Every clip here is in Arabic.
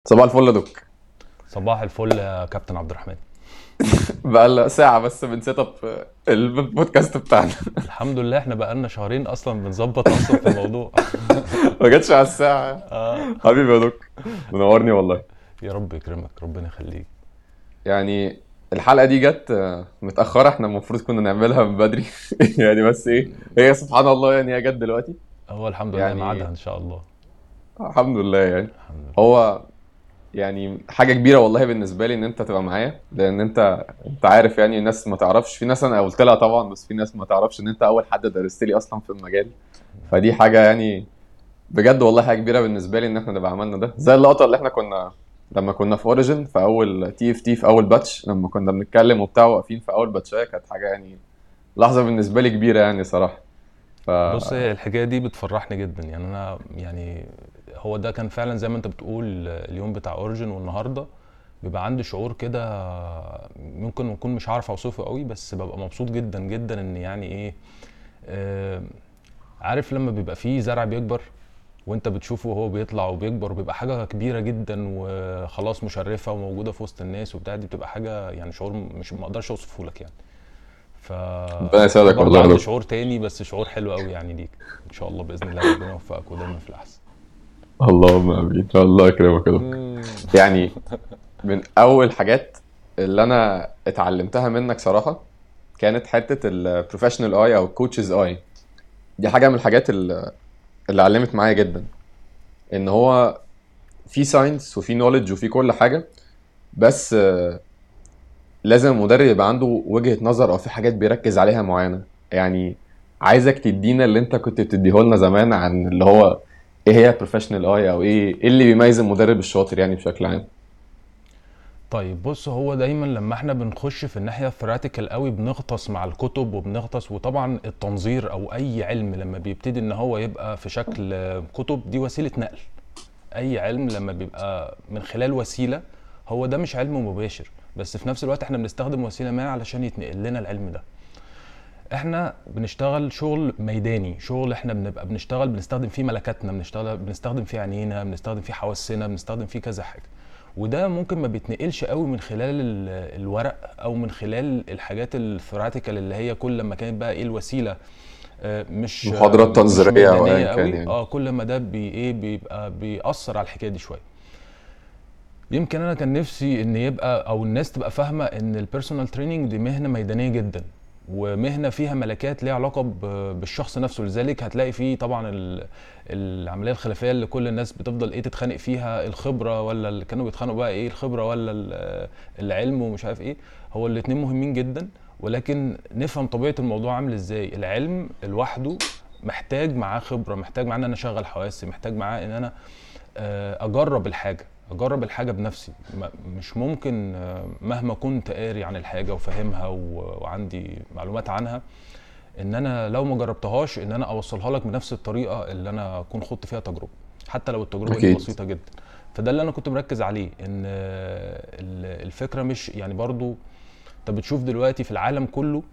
صباح الفل يا دوك. صباح الفل يا كابتن عبد الرحمن. بقى ساعة بس من سيت اب البودكاست بتاعنا. الحمد لله احنا بقالنا شهرين اصلا بنظبط اصلا في الموضوع. ما جاتش على الساعة. آه. حبيبي يا دوك، منورني والله. يا رب يكرمك، ربنا يخليك. يعني الحلقة دي جت متأخرة، احنا المفروض كنا نعملها من بدري. يعني بس ايه، هي سبحان الله يعني هي جت دلوقتي. هو الحمد لله ميعادها يعني ان شاء الله. الحمد لله يعني. الحمد لله. هو يعني حاجة كبيرة والله بالنسبة لي ان انت تبقى معايا، لان انت عارف يعني الناس ما تعرفش، في ناس انا قلت لها طبعا بس في ناس ما تعرفش ان انت اول حد درست لي اصلا في المجال. فدي حاجة يعني بجد والله حاجه كبيره بالنسبه لي ان احنا نبقى عملنا ده، زي اللقطه اللي احنا كنا لما كنا في اوريجن في اول تي اف تي في اول باتش، لما كنا بنتكلم وبتاع واقفين في اول باتشايه، كانت حاجه يعني لحظه بالنسبه لي كبيره يعني صراحه. ف بص، هي الحكايه دي بتفرحني جدا، يعني انا يعني هو ده كان فعلا زي ما انت بتقول اليوم بتاع اوريجن، والنهارده بيبقى عندي شعور كده ممكن اكون مش عارف اوصفه قوي، بس ببقى مبسوط جدا جدا ان يعني ايه. آه، عارف لما بيبقى فيه زرع بيكبر وانت بتشوفه وهو بيطلع وبيكبر وبيبقى حاجه كبيره جدا وخلاص مشرفه وموجوده في وسط الناس وبتاع، دي بتبقى حاجه يعني شعور مش ما اقدرش اوصفه لك يعني. ربنا وانا يسعدك برضو والله يا عندي دكتور. شعور تاني بس شعور حلو قوي يعني ليك. ان شاء الله باذن الله ربنا يوفقك ودايما في الاحسن. اللهم امين، الله يكرمك يا دكتور. مم. يعني من اول حاجات اللي انا اتعلمتها منك صراحه كانت حته البروفيشنال اي او الكوتشز اي. دي حاجه من الحاجات اللي علمت معايا جدا، ان هو في ساينس وفي نوليدج وفي كل حاجه، بس لازم المدرب يبقى عنده وجهة نظر او في حاجات بيركز عليها معينة. يعني عايزك تدينا اللي انت كنت بتديه لنا زمان عن اللي هو ايه هي بروفيشنال اي، او ايه اللي بيميز المدرب الشاطر يعني بشكل عام. طيب بص، هو دايما لما احنا بنخش في الناحيه الثيوريتيكال قوي بنغطس مع الكتب وبنغطس، وطبعا التنظير او اي علم لما بيبتدي ان هو يبقى في شكل كتب دي وسيله نقل. اي علم لما بيبقى من خلال وسيله، هو ده مش علم مباشر، بس في نفس الوقت احنا بنستخدم وسيله ما علشان يتنقل لنا العلم ده. احنا بنشتغل شغل ميداني، شغل احنا بنبقى بنستخدم فيه ملكاتنا، بنستخدم فيه عينينا، بنستخدم فيه حواسنا، بنستخدم فيه كذا حاجه. وده ممكن ما بيتنقلش قوي من خلال الورق او من خلال الحاجات الثوراتيكال اللي هي كل لما كانت بقى ايه الوسيله محاضرات مش تنظيرية او ايا ميدانيه كان قوي، يعني. كل ما ده بيبقى بيأثر على الحكايه دي شويه. يمكن انا كان نفسي ان يبقى او الناس تبقى فاهمه ان البيرسونال تريننج دي مهنه ميدانيه جدا، ومهنه فيها ملكات ليها علاقه بالشخص نفسه. لذلك هتلاقي فيه طبعا العمليه الخلافيه اللي كل الناس بتفضل ايه تتخانق فيها، الخبره ولا اللي كانوا بيتخانقوا بقى ايه، الخبره ولا العلم ومش عارف ايه. هو الاتنين مهمين جدا، ولكن نفهم طبيعه الموضوع عامل ازاي. العلم لوحده محتاج معاه خبره، محتاج معاه ان انا اشغل حواسي، محتاج معاه ان انا اجرب الحاجه بنفسي. مش ممكن مهما كنت قاري عن الحاجه وفاهمها وعندي معلومات عنها، ان انا لو ما جربتهاش ان انا اوصلها لك بنفس الطريقه اللي انا اكون خدت فيها تجربه، حتى لو التجربه دي اكيد. بسيطه جدا. فده اللي انا كنت مركز عليه، ان الفكره مش يعني برضو انت بتشوف دلوقتي في العالم كله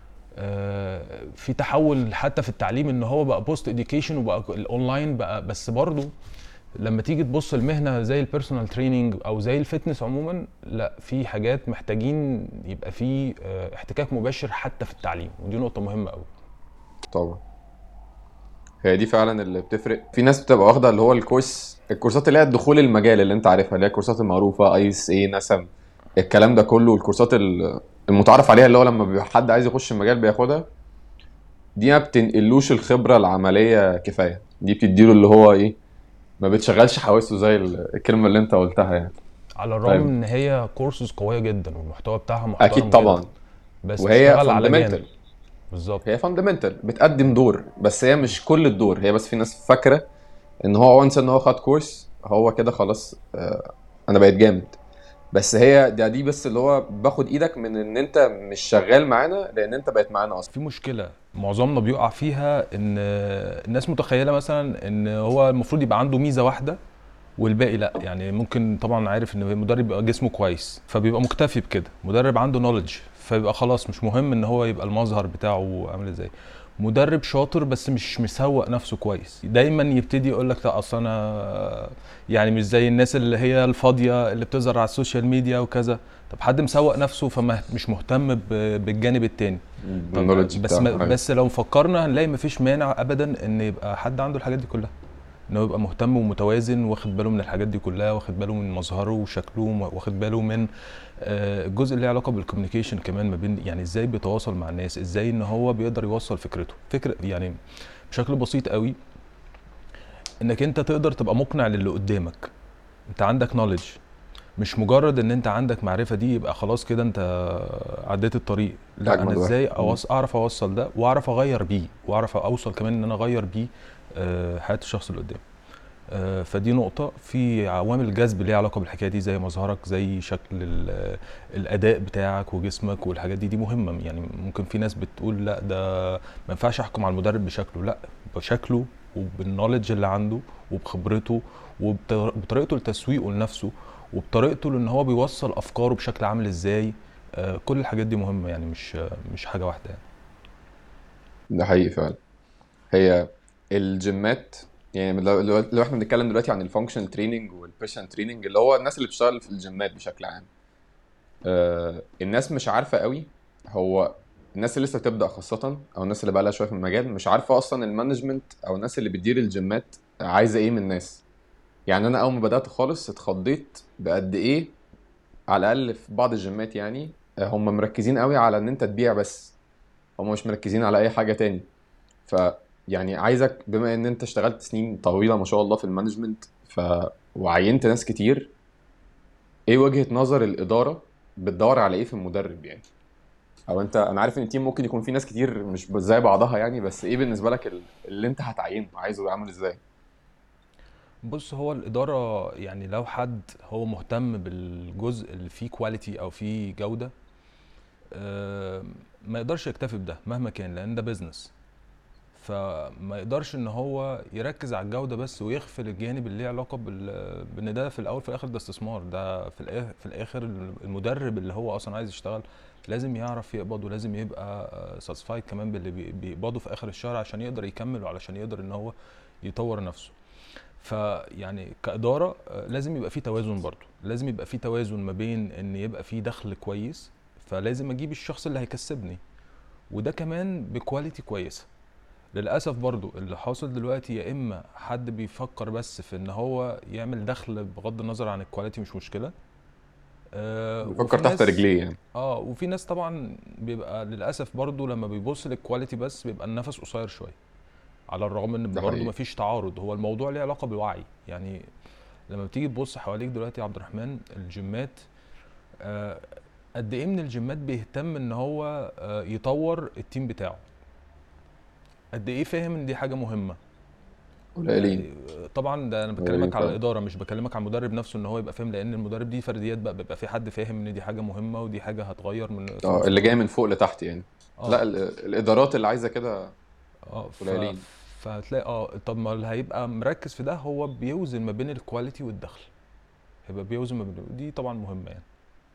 في تحول حتى في التعليم، ان هو بقى بوست اديوكيشن وبقى الاونلاين بقى، بس برضو لما تيجي تبص المهنه زي البيرسونال تريننج او زي الفتنس عموما، لا، في حاجات محتاجين يبقى في احتكاك مباشر حتى في التعليم، ودي نقطه مهمه قوي. طبعا هي دي فعلا اللي بتفرق. في ناس بتبقى واخده اللي هو الكورسات اللي هي الدخول المجال اللي انت عارفها، اللي هي الكورسات المعروفه اي اس اي نسم، الكلام ده كله، الكورسات المتعارف عليها اللي هو لما بيبقى حد عايز يخش المجال بياخدها. دي ما بتنقلوش الخبرة العملية كفاية، دي بتديله اللي هو ايه، ما بتشغلش حواسه زي الكلمة اللي انت قلتها يعني. على الرغم طيب. ان هي كورسز قويه جدا والمحتوى بتاعها اكيد محترم جدا، طبعا. بس وهي تشتغل على جانب. فاندمنتال. بالظبط. هي فاندمنتال بتقدم دور، بس هي مش كل الدور. هي بس في ناس فاكرة ان هو وانس ان هو خد كورس هو كده خلاص، انا بقيت جامد. بس هي دي بس اللي هو باخد ايدك من ان انت مش شغال معانا، لان انت بقيت معانا اصلا. في مشكله معظمنا بيقع فيها، ان الناس متخيله مثلا ان هو المفروض يبقى عنده ميزه واحده والباقي لا. يعني ممكن طبعا عارف ان المدرب يبقى جسمه كويس فبيبقى مكتفي بكده، مدرب عنده نوليدج فبيبقى خلاص مش مهم ان هو يبقى المظهر بتاعه عامل ازاي. مدرب شاطر بس مش مسوق نفسه كويس، دايما يبتدي يقول لك لا اصل انا يعني مش زي الناس اللي هي الفاضيه اللي بتظهر على السوشيال ميديا وكذا. طب حد مسوق نفسه فما مش مهتم بالجانب التاني. طب بالنولج بس بتاعه، ايوه. بس لو فكرنا هنلاقي مفيش مانع ابدا ان يبقى حد عنده الحاجات دي كلها، انه يبقى مهتم ومتوازن، واخد باله من الحاجات دي كلها، واخد باله من مظهره وشكله، واخد باله من الجزء اللي له علاقه بالكوميونيكيشن كمان ما بين، يعني ازاي بيتواصل مع الناس، ازاي ان هو بيقدر يوصل فكرته، فكره يعني بشكل بسيط قوي، انك انت تقدر تبقى مقنع للي قدامك. انت عندك نوليدج، مش مجرد ان انت عندك معرفه دي يبقى خلاص كده انت عديت الطريق. لا، انا اجمد واحد. ازاي اعرف اوصل ده، واعرف اغير بيه، واعرف اوصل كمان ان انا اغير بيه حياه الشخص اللي قدامي. فدي نقطة. في عوامل جذب ليها علاقة بالحكاية دي، زي مظهرك، زي شكل الأداء بتاعك وجسمك والحاجات دي مهمة. يعني ممكن في ناس بتقول لا ده ما ينفعش أحكم على المدرب بشكله، لا، بشكله وبالنولج اللي عنده وبخبرته وبطريقته لتسويقه لنفسه وبطريقته لان هو بيوصل افكاره بشكل عامل ازاي. كل الحاجات دي مهمة، يعني مش حاجة واحدة يعني. ده حقيقي فعلا. هي الجيمات، يعني لو احنا بنتكلم دلوقتي عن الفانكشنال تريننج والبيرسونال تريننج اللي هو الناس اللي بتشتغل في الجيمات بشكل عام، الناس مش عارفه قوي. هو الناس اللي لسه بتبدا خاصه، او الناس اللي بقى لها شويه في المجال، مش عارفه اصلا المانجمنت او الناس اللي بتدير الجيمات عايزه ايه من الناس. يعني انا اول ما بدات خالص اتخضيت بقد ايه، على الاقل في بعض الجيمات يعني، هم مركزين قوي على ان انت تبيع بس، هم مش مركزين على اي حاجه تاني. ف يعني عايزك، بما ان انت اشتغلت سنين طويله ما شاء الله في المانجمنت، وعينت ناس كتير، ايه وجهة نظر الاداره؟ بتدور على ايه في المدرب يعني؟ او انت، انا عارف ان التيم ممكن يكون فيه ناس كتير مش زي بعضها يعني، بس ايه بالنسبه لك اللي انت هتعينه عايزه يعمل ازاي؟ بص، هو الإدارة يعني لو حد هو مهتم بالجزء اللي فيه كواليتي أو فيه جودة، آه، ما يقدرش يكتفي بده مهما كان، لأن ده بيزنس. فما يقدرش ان هو يركز على الجوده بس ويغفل الجانب اللي ليه علاقه بان ده في الاول في الاخر ده استثمار. ده في الاخر المدرب اللي هو اصلا عايز يشتغل لازم يعرف يقبض، ولازم يبقى ساتسفايد كمان باللي بيقبضه في اخر الشهر عشان يقدر يكمل وعلشان يقدر ان هو يطور نفسه. فيعني كإدارة لازم يبقى في توازن برضو، لازم يبقى في توازن ما بين ان يبقى في دخل كويس، فلازم اجيب الشخص اللي هيكسبني، وده كمان بكواليتي كويسة. للاسف برضو اللي حاصل دلوقتي، يا اما حد بيفكر بس في ان هو يعمل دخل بغض النظر عن الكواليتي، مش مشكله. بفكر وفي تحت ناس رجليه يعني. وفي ناس طبعا بيبقى للاسف برضو لما بيبص للكواليتي بس بيبقى النفس قصير شويه، على الرغم ان ده برضو حقيقي. مفيش تعارض، هو الموضوع ليه علاقه بالوعي يعني. لما بتيجي تبص حواليك دلوقتي يا عبد الرحمن، الجيمات آه، قد ايه من الجيمات بيهتم ان هو يطور التيم بتاعه، قد ايه فاهم ان دي حاجه مهمه. قليلين. طبعا ده انا قليلين بكلمك على فعلا. الاداره، مش بكلمك على المدرب نفسه ان هو يبقى فاهم، لان المدرب دي فرديات بقى، بيبقى في حد فاهم ان دي حاجه مهمه ودي حاجه هتغير في اه، اللي مستقبل. جاي من فوق لتحت يعني. لا، اه الادارات اللي عايزه كده اه قليلين. فهتلاقي طب ما اللي هيبقى مركز في ده هو بيوزن ما بين الكواليتي والدخل، هيبقى بيوزن ما بين دي، طبعا مهمه يعني.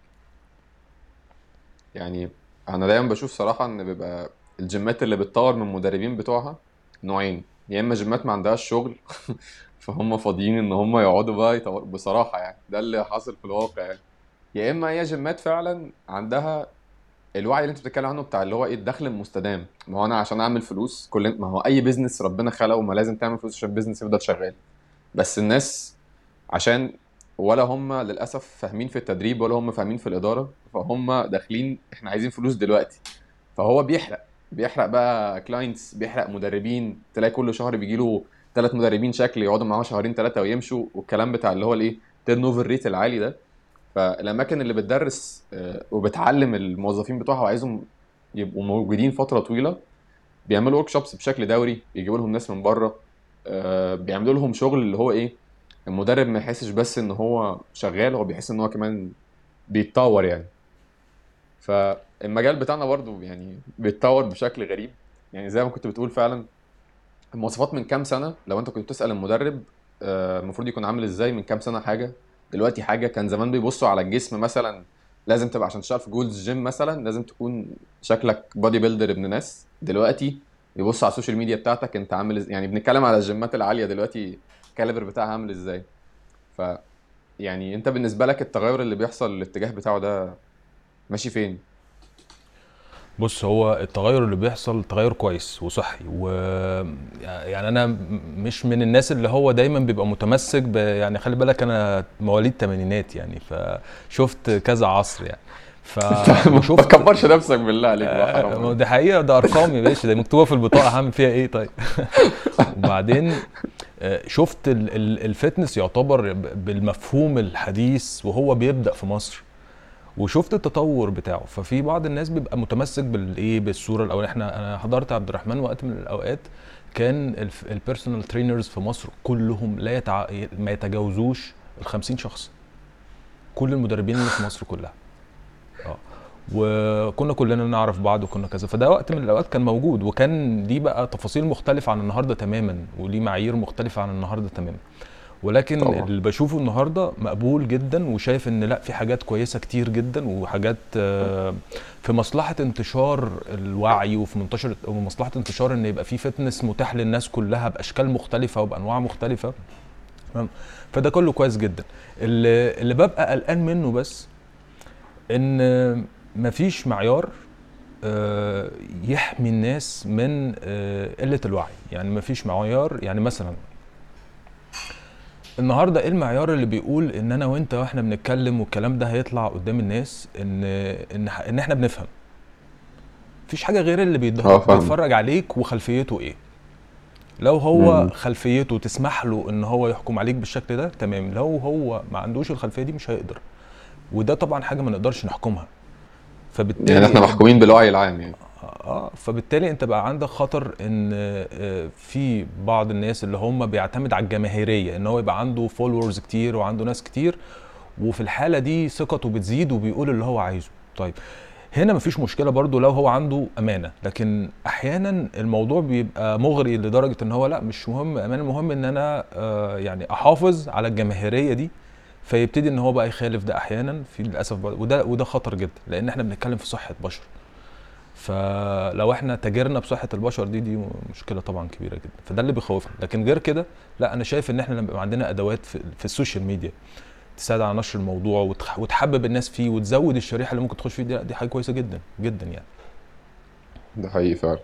يعني انا دايما بشوف صراحه ان بيبقى الجيمات اللي بتطور من المدربين بتوعها نوعين: يا اما جيمات ما عندهاش شغل فهم فاضيين ان هم يقعدوا بقى يطور بصراحه، يعني ده اللي حاصل في الواقع يعني. يا اما هي جيمات فعلا عندها الوعي اللي انت بتتكلم عنه، بتاع اللي هو ايه، الدخل المستدام. ما هو انا عشان اعمل فلوس، ما هو اي بيزنس ربنا خلقه ما لازم تعمل فلوس عشان البيزنس يفضل شغال. بس الناس عشان ولا هم للاسف فاهمين في التدريب ولا هم فاهمين في الاداره، فهم داخلين احنا عايزين فلوس دلوقتي. فهو بيحرق بقى كلاينتس، بيحرق مدربين، تلاقي كل شهر بيجي له 3 مدربين شكل يقعدوا معاه شهرين 3 ويمشوا، والكلام بتاع اللي هو الايه، تيرن اوفر ريت العالي ده. فالاماكن اللي بتدرس وبتعلم الموظفين بتوعها وعايزهم يبقوا موجودين فتره طويله، بيعملوا ورك شوبس بشكل دوري، يجيبوا لهم ناس من بره، بيعملوا لهم شغل اللي هو ايه، المدرب ما يحسش بس ان هو شغال، هو بيحس ان هو كمان بيتطور يعني. فالمجال بتاعنا برضو يعني بيتطور بشكل غريب. يعني زي ما كنت بتقول فعلا، المواصفات من كام سنة لو انت كنت بتسأل المدرب المفروض يكون عامل ازاي، من كام سنة حاجة، دلوقتي حاجة. كان زمان بيبصوا على الجسم مثلا، لازم تبقى عشان تشتغل في جولدز جيم مثلا لازم تكون شكلك بادي بيلدر ابن ناس. دلوقتي يبص على السوشيال ميديا بتاعتك انت عامل يعني بنتكلم على الجيمات العاليه دلوقتي، الكاليبر بتاعها عامل ازاي. ف يعني انت بالنسبه لك التغير اللي بيحصل الاتجاه بتاعه ده ماشي فين؟ بص، هو التغير اللي بيحصل تغير كويس وصحي، يعني انا مش من الناس اللي هو دايما بيبقى متمسك يعني خلي بالك انا مواليد تمانينات يعني، فشفت كذا عصر يعني. ف ما وشفت تكبرش نفسك بالله عليك بقى، حرام ما هو عليك. دي حقيقة، ده ارقام يا باشا، ده مكتوبة في البطاقة، هعمل فيها ايه طيب؟ وبعدين شفت الفتنس يعتبر بالمفهوم الحديث وهو بيبدأ في مصر، وشفت التطور بتاعه. ففي بعض الناس بيبقى متمسك بالايه، بالصوره الاول. انا حضرت عبد الرحمن وقت من الاوقات كان البيرسونال ترينرز في مصر كلهم ما يتجاوزوش ال 50 شخص، كل المدربين اللي في مصر كلها. اه وكنا كلنا نعرف بعض وكنا كذا، فده وقت من الاوقات كان موجود، وكان ليه بقى تفاصيل مختلفه عن النهارده تماما، وليه معايير مختلفه عن النهارده تماما. ولكن طبعا. اللي بشوفه النهارده مقبول جدا، وشايف ان لا، في حاجات كويسه كتير جدا، وحاجات في مصلحه انتشار الوعي، ومصلحه انتشار ان يبقى في فتنس متاح للناس كلها باشكال مختلفه وبانواع مختلفه. تمام؟ فده كله كويس جدا. اللي ببقى قلقان منه بس ان مفيش معيار يحمي الناس من قله الوعي. يعني مفيش معيار، يعني مثلا النهارده ايه المعيار اللي بيقول ان انا وانت واحنا بنتكلم والكلام ده هيطلع قدام الناس ان احنا بنفهم؟ مفيش حاجه غير اللي اه فاهم. بيتفرج عليك وخلفيته ايه. لو هو امم. خلفيته تسمح له ان هو يحكم عليك بالشكل ده، تمام. لو هو ما عندوش الخلفيه دي مش هيقدر، وده طبعا حاجه ما نقدرش نحكمها. يعني فبالتالي احنا انت محكومين بالوعي العام يعني. فبالتالي انت بقى عندك خطر ان في بعض الناس اللي هم بيعتمد على الجماهيريه، ان هو يبقى عنده فولورز كتير وعنده ناس كتير، وفي الحالة دي ثقته بتزيد وبيقول اللي هو عايزه. طيب هنا مفيش مشكلة برضو لو هو عنده أمانة، لكن أحيانا الموضوع بيبقى مغري لدرجة إن هو لا، مش مهم أمانة، المهم إن أنا يعني أحافظ على الجماهيرية دي. فيبتدي إن هو بقى يخالف ده أحيانا في للأسف وده خطر جدا، لأن إحنا بنتكلم في صحة بشر. فلو احنا تاجرنا بصحة البشر دي مشكلة طبعا كبيرة جدا، فده اللي بيخوفنا. لكن غير كده لا، انا شايف ان احنا لما يبقى عندنا ادوات في السوشيال ميديا تساعد على نشر الموضوع وتحبب الناس فيه وتزود الشريحه اللي ممكن تخش فيه، دي حاجه كويسه جدا جدا يعني. ده حقيقي فعلا.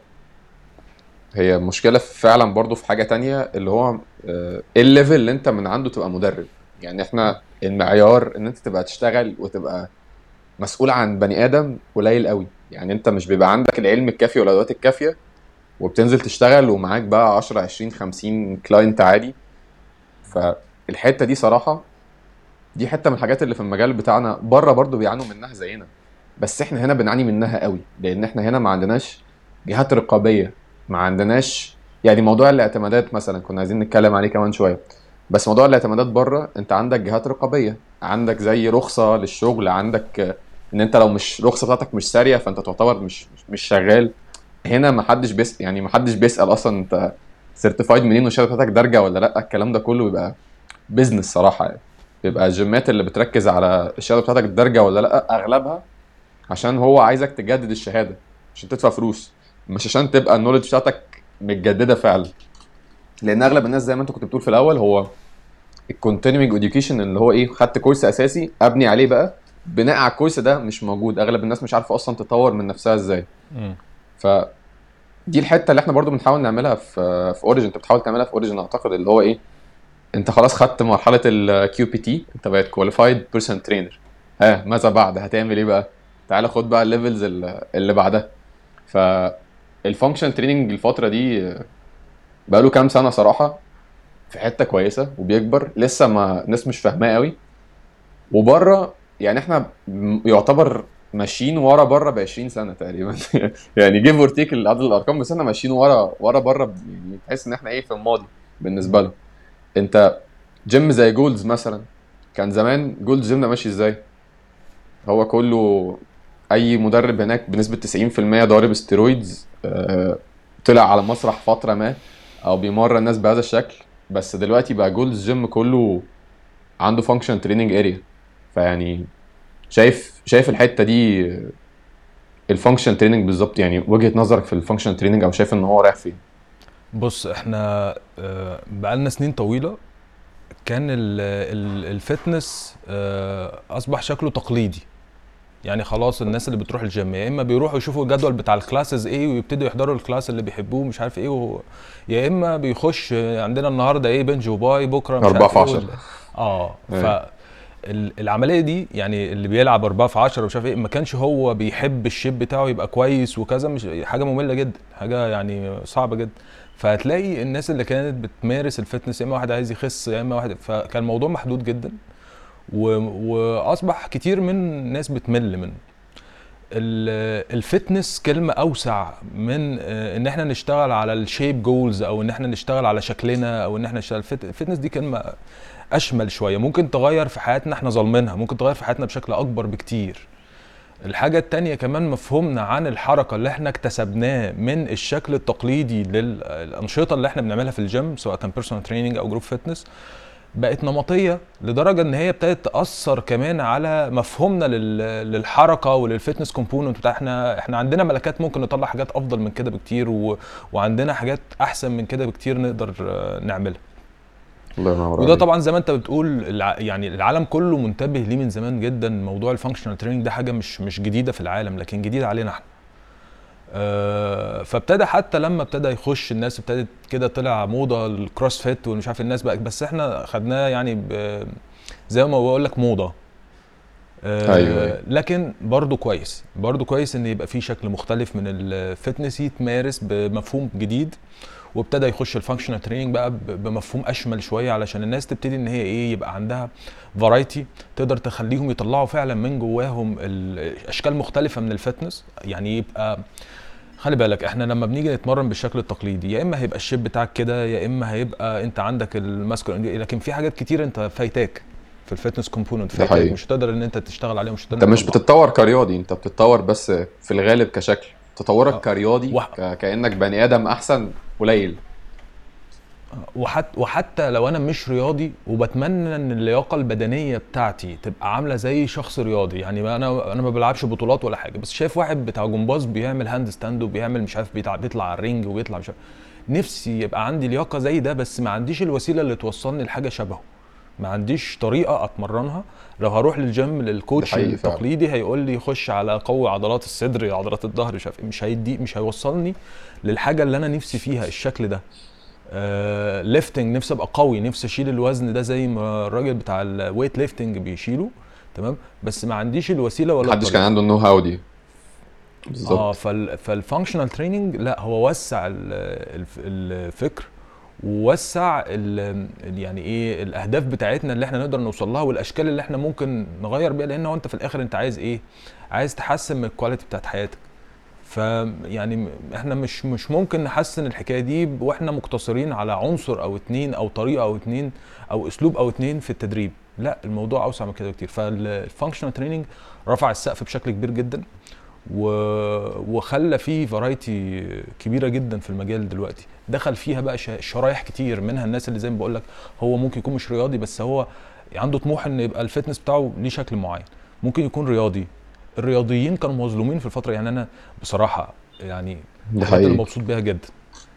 هي مشكلة فعلا برضو في حاجة تانية، اللي هو ايه الليفل اللي انت من عنده تبقى مدرب. يعني احنا المعيار ان انت تبقى تشتغل وتبقى مسؤول عن بني ادم قليل قوي. يعني انت مش بيبقى عندك العلم الكافي ولا الادوات الكافية وبتنزل تشتغل ومعاك بقى 10 20 50 كلاينت عادي. فالحتة دي صراحة، دي حتة من الحاجات اللي في المجال بتاعنا بره برضو بيعانوا منها زينا. بس احنا هنا بنعاني منها قوي لان احنا هنا ما عندناش جهات رقابية. ما عندناش يعني موضوع الاعتمادات مثلا كنا عايزين نتكلم عليه كمان شوية. بس موضوع الاعتمادات بره انت عندك جهات رقابية، عندك زي رخصة للشغل، عندك ان انت لو مش رخصة بتاعتك مش سارية فانت تعتبر مش شغال. هنا ما حدش يعني ما حدش بيسأل اصلا انت سيرتيفايد منين والشهاده بتاعتك دارجه ولا لا. الكلام ده كله بيبقى بيزنس صراحه يعني. بيبقى الجيمات اللي بتركز على الشهاده بتاعتك دارجه ولا لا اغلبها عشان هو عايزك تجدد الشهاده عشان تدفع فلوس، مش عشان تبقى النولج بتاعتك متجدده فعلا. لان اغلب الناس زي ما انت كنت بتقول في الاول، هو الكونتينيوينج اديوكيشن اللي هو ايه، خدت كورس اساسي ابني عليه بقى، بناء على الكورس ده مش موجود. اغلب الناس مش عارفه اصلا تطور من نفسها ازاي. امم. فدي الحته اللي احنا برضو بنحاول نعملها في اوريجن. انت بتحاول تعملها في اوريجن اعتقد، اللي هو ايه، انت خلاص خدت مرحله الكيو بي تي، انت بقيت كواليفايد بيرسون ترينر. ها ماذا بعد؟ هتعمل ايه بقى؟ تعال خد بقى الليفلز اللي بعدها. فالفانكشنال تريننج الفتره دي بقى له كام سنه صراحه في حته كويسه وبيكبر، لسه ما الناس مش فاهماه قوي. وبره يعني احنا يعتبر ماشيين ورا بره ب 20 سنه تقريبا يعني جيف اور تيك عدد الارقام، بس احنا ماشيين ورا بره يعني تحس ان احنا ايه في الماضي بالنسبه لهم. انت جيم زي جولدز مثلا، كان زمان جولدز جيم ده ماشي ازاي؟ هو كله اي مدرب هناك بنسبه 90% ضارب استيرويدز، طلع على مسرح فتره ما او بيمرن الناس بهذا الشكل. بس دلوقتي بقى جولدز جيم كله عنده فانكشن تريننج اريا. فيعني شايف الحته دي الفانكشن تريننج بالظبط، يعني وجهة نظرك في الفانكشن تريننج او شايف ان هو رايح فين؟ بص احنا بقالنا سنين طويلة كان الفتنس اصبح شكله تقليدي. يعني خلاص الناس اللي بتروح الجيم يا اما بيروحوا يشوفوا الجدول بتاع الكلاسز ايه ويبتدوا يحضروا الكلاس اللي بيحبوه مش عارف ايه يا اما بيخش عندنا النهارده ايه بنج وباي بكره مش 4 عارف في ايه 10. ايوه. العمليه دي يعني اللي بيلعب 4 في 10 ومش عارف ايه ما كانش هو بيحب الشيب بتاعه يبقى كويس وكذا، مش حاجه ممله جدا، حاجه يعني صعبه جدا. فهتلاقي الناس اللي كانت بتمارس الفتنس يا اما واحد عايز يخس يا اما واحد، فكان الموضوع محدود جدا واصبح كتير من الناس بتمل منه. الفتنس كلمة أوسع من إن إحنا نشتغل على الشيب جولز أو إن إحنا نشتغل على شكلنا أو إن إحنا نشتغل. الفتنس دي كلمة أشمل شوية، ممكن تغير في حياتنا إحنا ظالمينها، ممكن تغير في حياتنا بشكل أكبر بكتير. الحاجة التانية كمان مفهومنا عن الحركة اللي إحنا اكتسبناه من الشكل التقليدي للأنشطة اللي إحنا بنعملها في الجيم سواء كان بيرسونال تريننج أو جروب فتنس بقت نمطيه لدرجه ان هي ابتدت تاثر كمان على مفهومنا للحركه وللفتنس كومبوننت بتاع. احنا عندنا ملكات ممكن نطلع حاجات افضل من كده بكتير وعندنا حاجات احسن من كده بكتير نقدر نعملها. الله ينور وده عليك. طبعا زي ما انت بتقول يعني العالم كله منتبه ليه من زمان جدا. موضوع الفانكشنال تريننج ده حاجه مش جديده في العالم لكن جديده علينا احنا. فابتدى حتى لما ابتدى يخش الناس ابتدت كده طلع موضه الكروس فيت ومش عارف الناس بقى، بس احنا خدناه يعني زي ما بقول لك موضه. ايوه ايوه. لكن برضو كويس، برضو كويس ان يبقى في شكل مختلف من الفتنس يتمارس بمفهوم جديد. وابتدى يخش الفانكشنال تريننج بقى بمفهوم اشمل شويه علشان الناس تبتدي ان هي ايه يبقى عندها فرايتي تقدر تخليهم يطلعوا فعلا من جواهم اشكال مختلفه من الفتنس. يعني يبقى خلي بالك احنا لما بنيجي نتمرن بالشكل التقليدي يا اما هيبقى الشيب بتاعك كده يا اما هيبقى انت عندك الماسكولين، لكن في حاجات كتير انت فايتاك في الفتنس كومبوننت، ده فايتك حقيقي. مش هتقدر ان انت تشتغل عليه ومش هتقدر انت ان انت مش تطلعه. بتتطور كرياضي، انت بتتطور بس في الغالب كشكل. تطورك اه كرياضي وح- كأنك بني ادم احسن قليل. وحتى لو انا مش رياضي وبتمنى ان اللياقه البدنيه بتاعتي تبقى عامله زي شخص رياضي، يعني انا ما بلعبش بطولات ولا حاجه بس شايف واحد بتاع جمباز بيعمل هاند ستاند وبيعمل مش عارف بيطلع على الرينج وبيطلع مش عارف. نفسي يبقى عندي لياقه زي ده بس ما عنديش الوسيله اللي توصلني لحاجه شبهه، ما عنديش طريقه اتمرنها. لو هروح للجيم ده للكوتش حقيقي فعلا. التقليدي هيقول لي خش على قوي عضلات الصدر عضلات الظهر مش عارف إيه، مش هيوصلني للحاجه اللي انا نفسي فيها الشكل ده. ليفتنج نفسي ابقى قوي، نفسي اشيل الوزن ده زي ما الراجل بتاع الويت ليفتنج بيشيله، تمام، بس ما عنديش الوسيله ولا محدش كان الطريقه. عنده النو هاو دي. اه بالظبط. فالفانكشنال تريننج لا هو وسع الفكر ووسع يعني ايه الاهداف بتاعتنا اللي احنا نقدر نوصل لها والاشكال اللي احنا ممكن نغير بيها، لان هو انت في الاخر انت عايز ايه؟ عايز تحسن من الكواليتي بتاعت حياتك. فيعني احنا مش ممكن نحسن الحكايه دي واحنا مقتصرين على عنصر او اتنين او طريقه او اتنين او اسلوب او اتنين في التدريب. لا الموضوع اوسع من كده بكتير. فالفانكشنال تريننج رفع السقف بشكل كبير جدا وخلى فيه فرايتي كبيره جدا في المجال دلوقتي. دخل فيها بقى شرايح كتير منها الناس اللي زي ما بقول لك هو ممكن يكون مش رياضي بس هو عنده طموح ان يبقى الفتنس بتاعه ليه شكل معين. ممكن يكون رياضي. الرياضيين كانوا مظلومين في الفتره، يعني انا بصراحه يعني ده الحاجات اللي حقيقي. مبسوط بيها جدا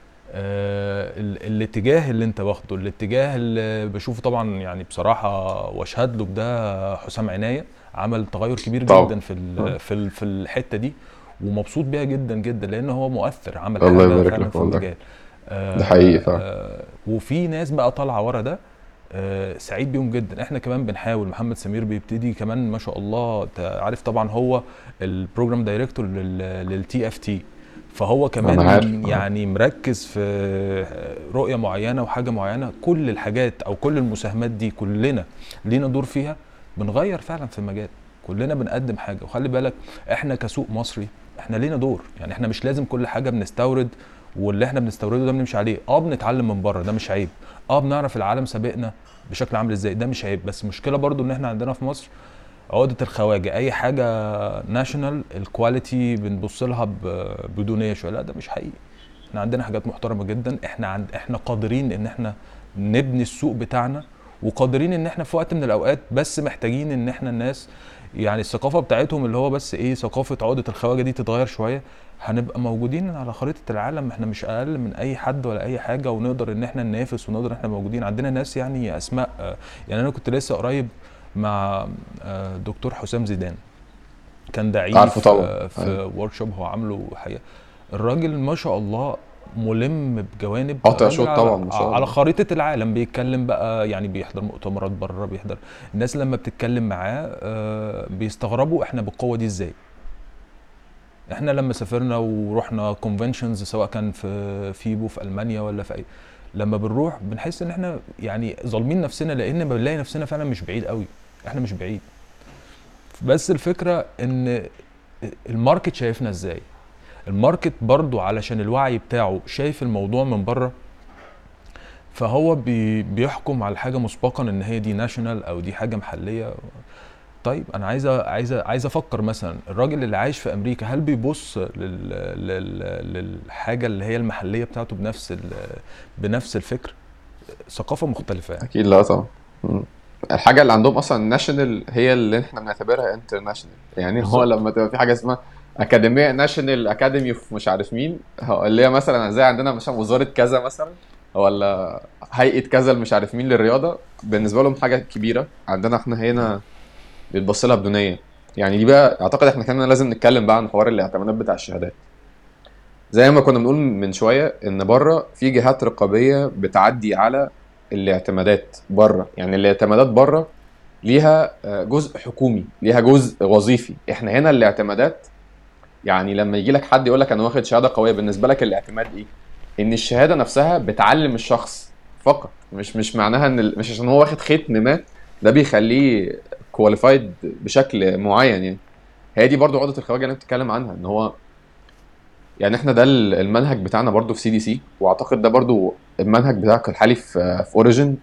الاتجاه اللي انت واخده، الاتجاه اللي بشوفه طبعا يعني بصراحه واشهد له بده حسام عناية عمل تغير كبير طبعا. جدا في الحته دي ومبسوط بيها جدا جدا لان هو مؤثر عمل الله حاجه يبارك فعلا لك في والله. المجال. ده حقيقي فعلا. وفي ناس بقى طالعه ورا ده سعيد بيهم جدا. احنا كمان بنحاول، محمد سمير بيبتدي كمان ما شاء الله، انت عارف طبعا هو البروجرام دايركتور للتي اف تي، فهو انا كمان عارف اه. يعني مركز في رؤية معينة وحاجة معينة. كل الحاجات او كل المساهمات دي كلنا لينا دور فيها، بنغير فعلا في المجال، كلنا بنقدم حاجة. وخلي بالك احنا كسوق مصري احنا لينا دور، يعني احنا مش لازم كل حاجة بنستورد واللي احنا بنستورده ده بنمشي عليه. بنتعلم من بره ده مش عيب، بنعرف العالم سابقنا بشكل عامل ازاي ده مش عيب، بس مشكلة برضو ان احنا عندنا في مصر عقدة الخواجة. اي حاجة ناشونال الكواليتي بنبص لها بدونية شوية، لا ده مش حقيقي. احنا عندنا حاجات محترمة جدا، احنا قادرين ان احنا نبني السوق بتاعنا وقادرين ان احنا في وقت من الاوقات، بس محتاجين ان احنا الناس يعني الثقافه بتاعتهم اللي هو بس ايه ثقافه عقده الخواجه دي تتغير شويه، هنبقى موجودين على خريطه العالم. احنا مش اقل من اي حد ولا اي حاجه، ونقدر ان احنا ننافس، ونقدر ان احنا موجودين. عندنا ناس يعني اسماء يعني انا كنت لسه قريب مع دكتور حسام زيدان، كان داعيني عارفه طبعا. في ورك شوب هو عامله حقيقة. الراجل ما شاء الله ملم بجوانب، قاطع الراجل شوط طبعا على ما شاء الله. خريطة العالم بيتكلم بقى، يعني بيحضر مؤتمرات بره، بيحضر الناس لما بتتكلم معاه بيستغربوا احنا بالقوة دي ازاي. احنا لما سافرنا ورحنا كونفنشنز سواء كان في فيبو في المانيا ولا في اي، لما بنروح بنحس ان احنا يعني ظالمين نفسنا، لان بنلاقي نفسنا فعلا مش بعيد قوي، احنا مش بعيد. بس الفكرة ان الماركت شايفنا ازاي. الماركت برضو علشان الوعي بتاعه شايف الموضوع من بره، فهو بيحكم على الحاجه مسبقا ان هي دي ناشونال او دي حاجه محليه. طيب انا عايز افكر مثلا الراجل اللي عايش في امريكا هل بيبص للحاجه اللي هي المحليه بتاعته بنفس الفكر؟ ثقافه مختلفه يعني. اكيد لا طبعا. مم. الحاجه اللي عندهم اصلا ناشونال هي اللي احنا بنعتبرها انترناشونال. يعني هو بالظبط. لما تبقى في حاجه اسمها اكاديميه ناشونال اكاديمي في مش عارف مين، اللي هي مثلا زي عندنا مثلا وزاره كذا مثلا، ولا هيئه كذا اللي مش عارف مين للرياضه، بالنسبه لهم حاجه كبيره. عندنا احنا هنا بيتبص لها بدونيه. يعني دي بقى اعتقد احنا كمان لازم نتكلم بقى عن حوار الاعتمادات بتاع الشهادات. زي ما كنا بنقول من شويه ان بره في جهات رقابيه بتعدي على الاعتمادات بره. يعني الاعتمادات بره ليها جزء حكومي، ليها جزء وظيفي. احنا هنا الاعتمادات يعني لما يجي لك حد يقول لك انا واخد شهاده قويه، بالنسبه لك الاعتماد ايه؟ ان الشهاده نفسها بتعلم الشخص فقط، مش معناها ان مش عشان هو واخد ختم ما ده بيخليه كواليفايد بشكل معين يعني. هي دي برضو عقده الخواجه اللي انت بتتكلم عنها، ان هو يعني احنا ده المنهج بتاعنا برضو في CDC، واعتقد ده برضو المنهج بتاعك الحالي في اوريجن.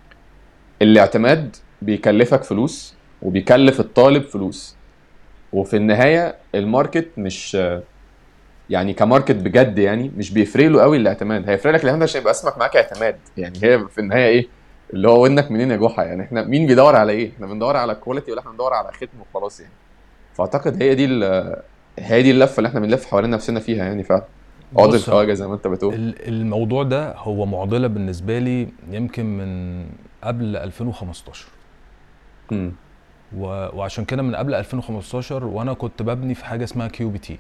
الاعتماد بيكلفك فلوس وبيكلف الطالب فلوس، وفي النهاية الماركت مش يعني كماركت بجد يعني مش بيفرق له قوي الاعتماد. هيفرق لك الاعتماد عشان يبقى اسمك معاك اعتماد. يعني هي في النهاية ايه اللي هو ودنك منين يا جحا؟ يعني احنا مين بيدور على ايه؟ احنا بندور على كواليتي ولا احنا بندور على ختم وخلاص يعني؟ فاعتقد هي دي اللفة اللي احنا بنلف حوالين نفسنا فيها يعني فعلا. عقد بص، الخواجة زي ما انت بتقول. الموضوع ده هو معضله بالنسبه لي يمكن من قبل 2015. امم. وعشان كده من قبل 2015 وانا كنت ببني في حاجه اسمها QBT،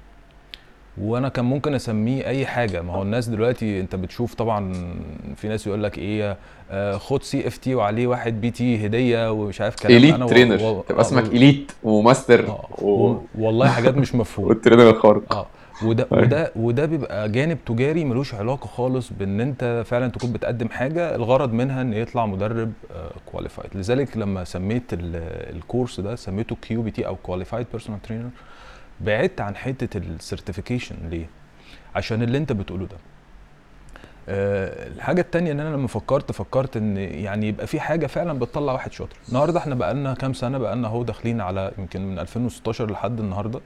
وانا كان ممكن اسميه اي حاجه. ما هو الناس دلوقتي انت بتشوف طبعا في ناس يقول لك ايه خد CFT وعليه 1 BT هديه ومش عارف كلام. انا اليت ترينر، تبقى اسمك اليت وماستر والله حاجات مش مفهومه. والترينر الخارق. اه وده أيوة. وده وده بيبقى جانب تجاري ملوش علاقه خالص بان انت فعلا تكون بتقدم حاجه الغرض منها ان يطلع مدرب كواليفايد. لذلك لما سميت الكورس ده سميته QBT او كواليفايد بيرسونال ترينر، بعدت عن حته السيرتيفيكيشن. ليه؟ عشان اللي انت بتقوله ده. الحاجه التانية ان انا لما فكرت ان يعني يبقى في حاجه فعلا بتطلع واحد شاطر. النهارده احنا بقالنا كام سنه، بقالنا اهو داخلين على يمكن من 2016 لحد النهارده.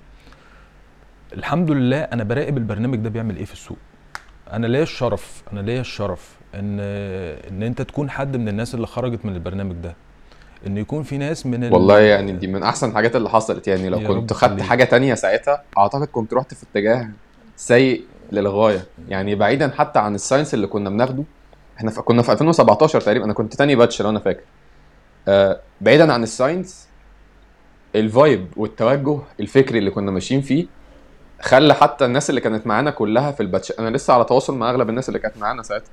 الحمد لله انا براقب البرنامج ده بيعمل ايه في السوق. انا ليا الشرف ان انت تكون حد من الناس اللي خرجت من البرنامج ده، ان يكون في ناس من والله يعني دي من احسن الحاجات اللي حصلت. يعني لو يا رب كنت خدت يخليك. حاجة تانية ساعتها اعتقد كنت رحت في اتجاه سيء للغاية. يعني بعيدا حتى عن الساينس اللي كنا بناخده، احنا كنا في 2017 تقريبا، انا كنت تاني باتش لو انا فاكر. بعيدا عن الساينس، الفايب والتوجه الفكري اللي كنا ماشيين فيه خلى حتى الناس اللي كانت معانا كلها في الباتش، انا لسه على تواصل مع اغلب الناس اللي كانت معانا ساعتها،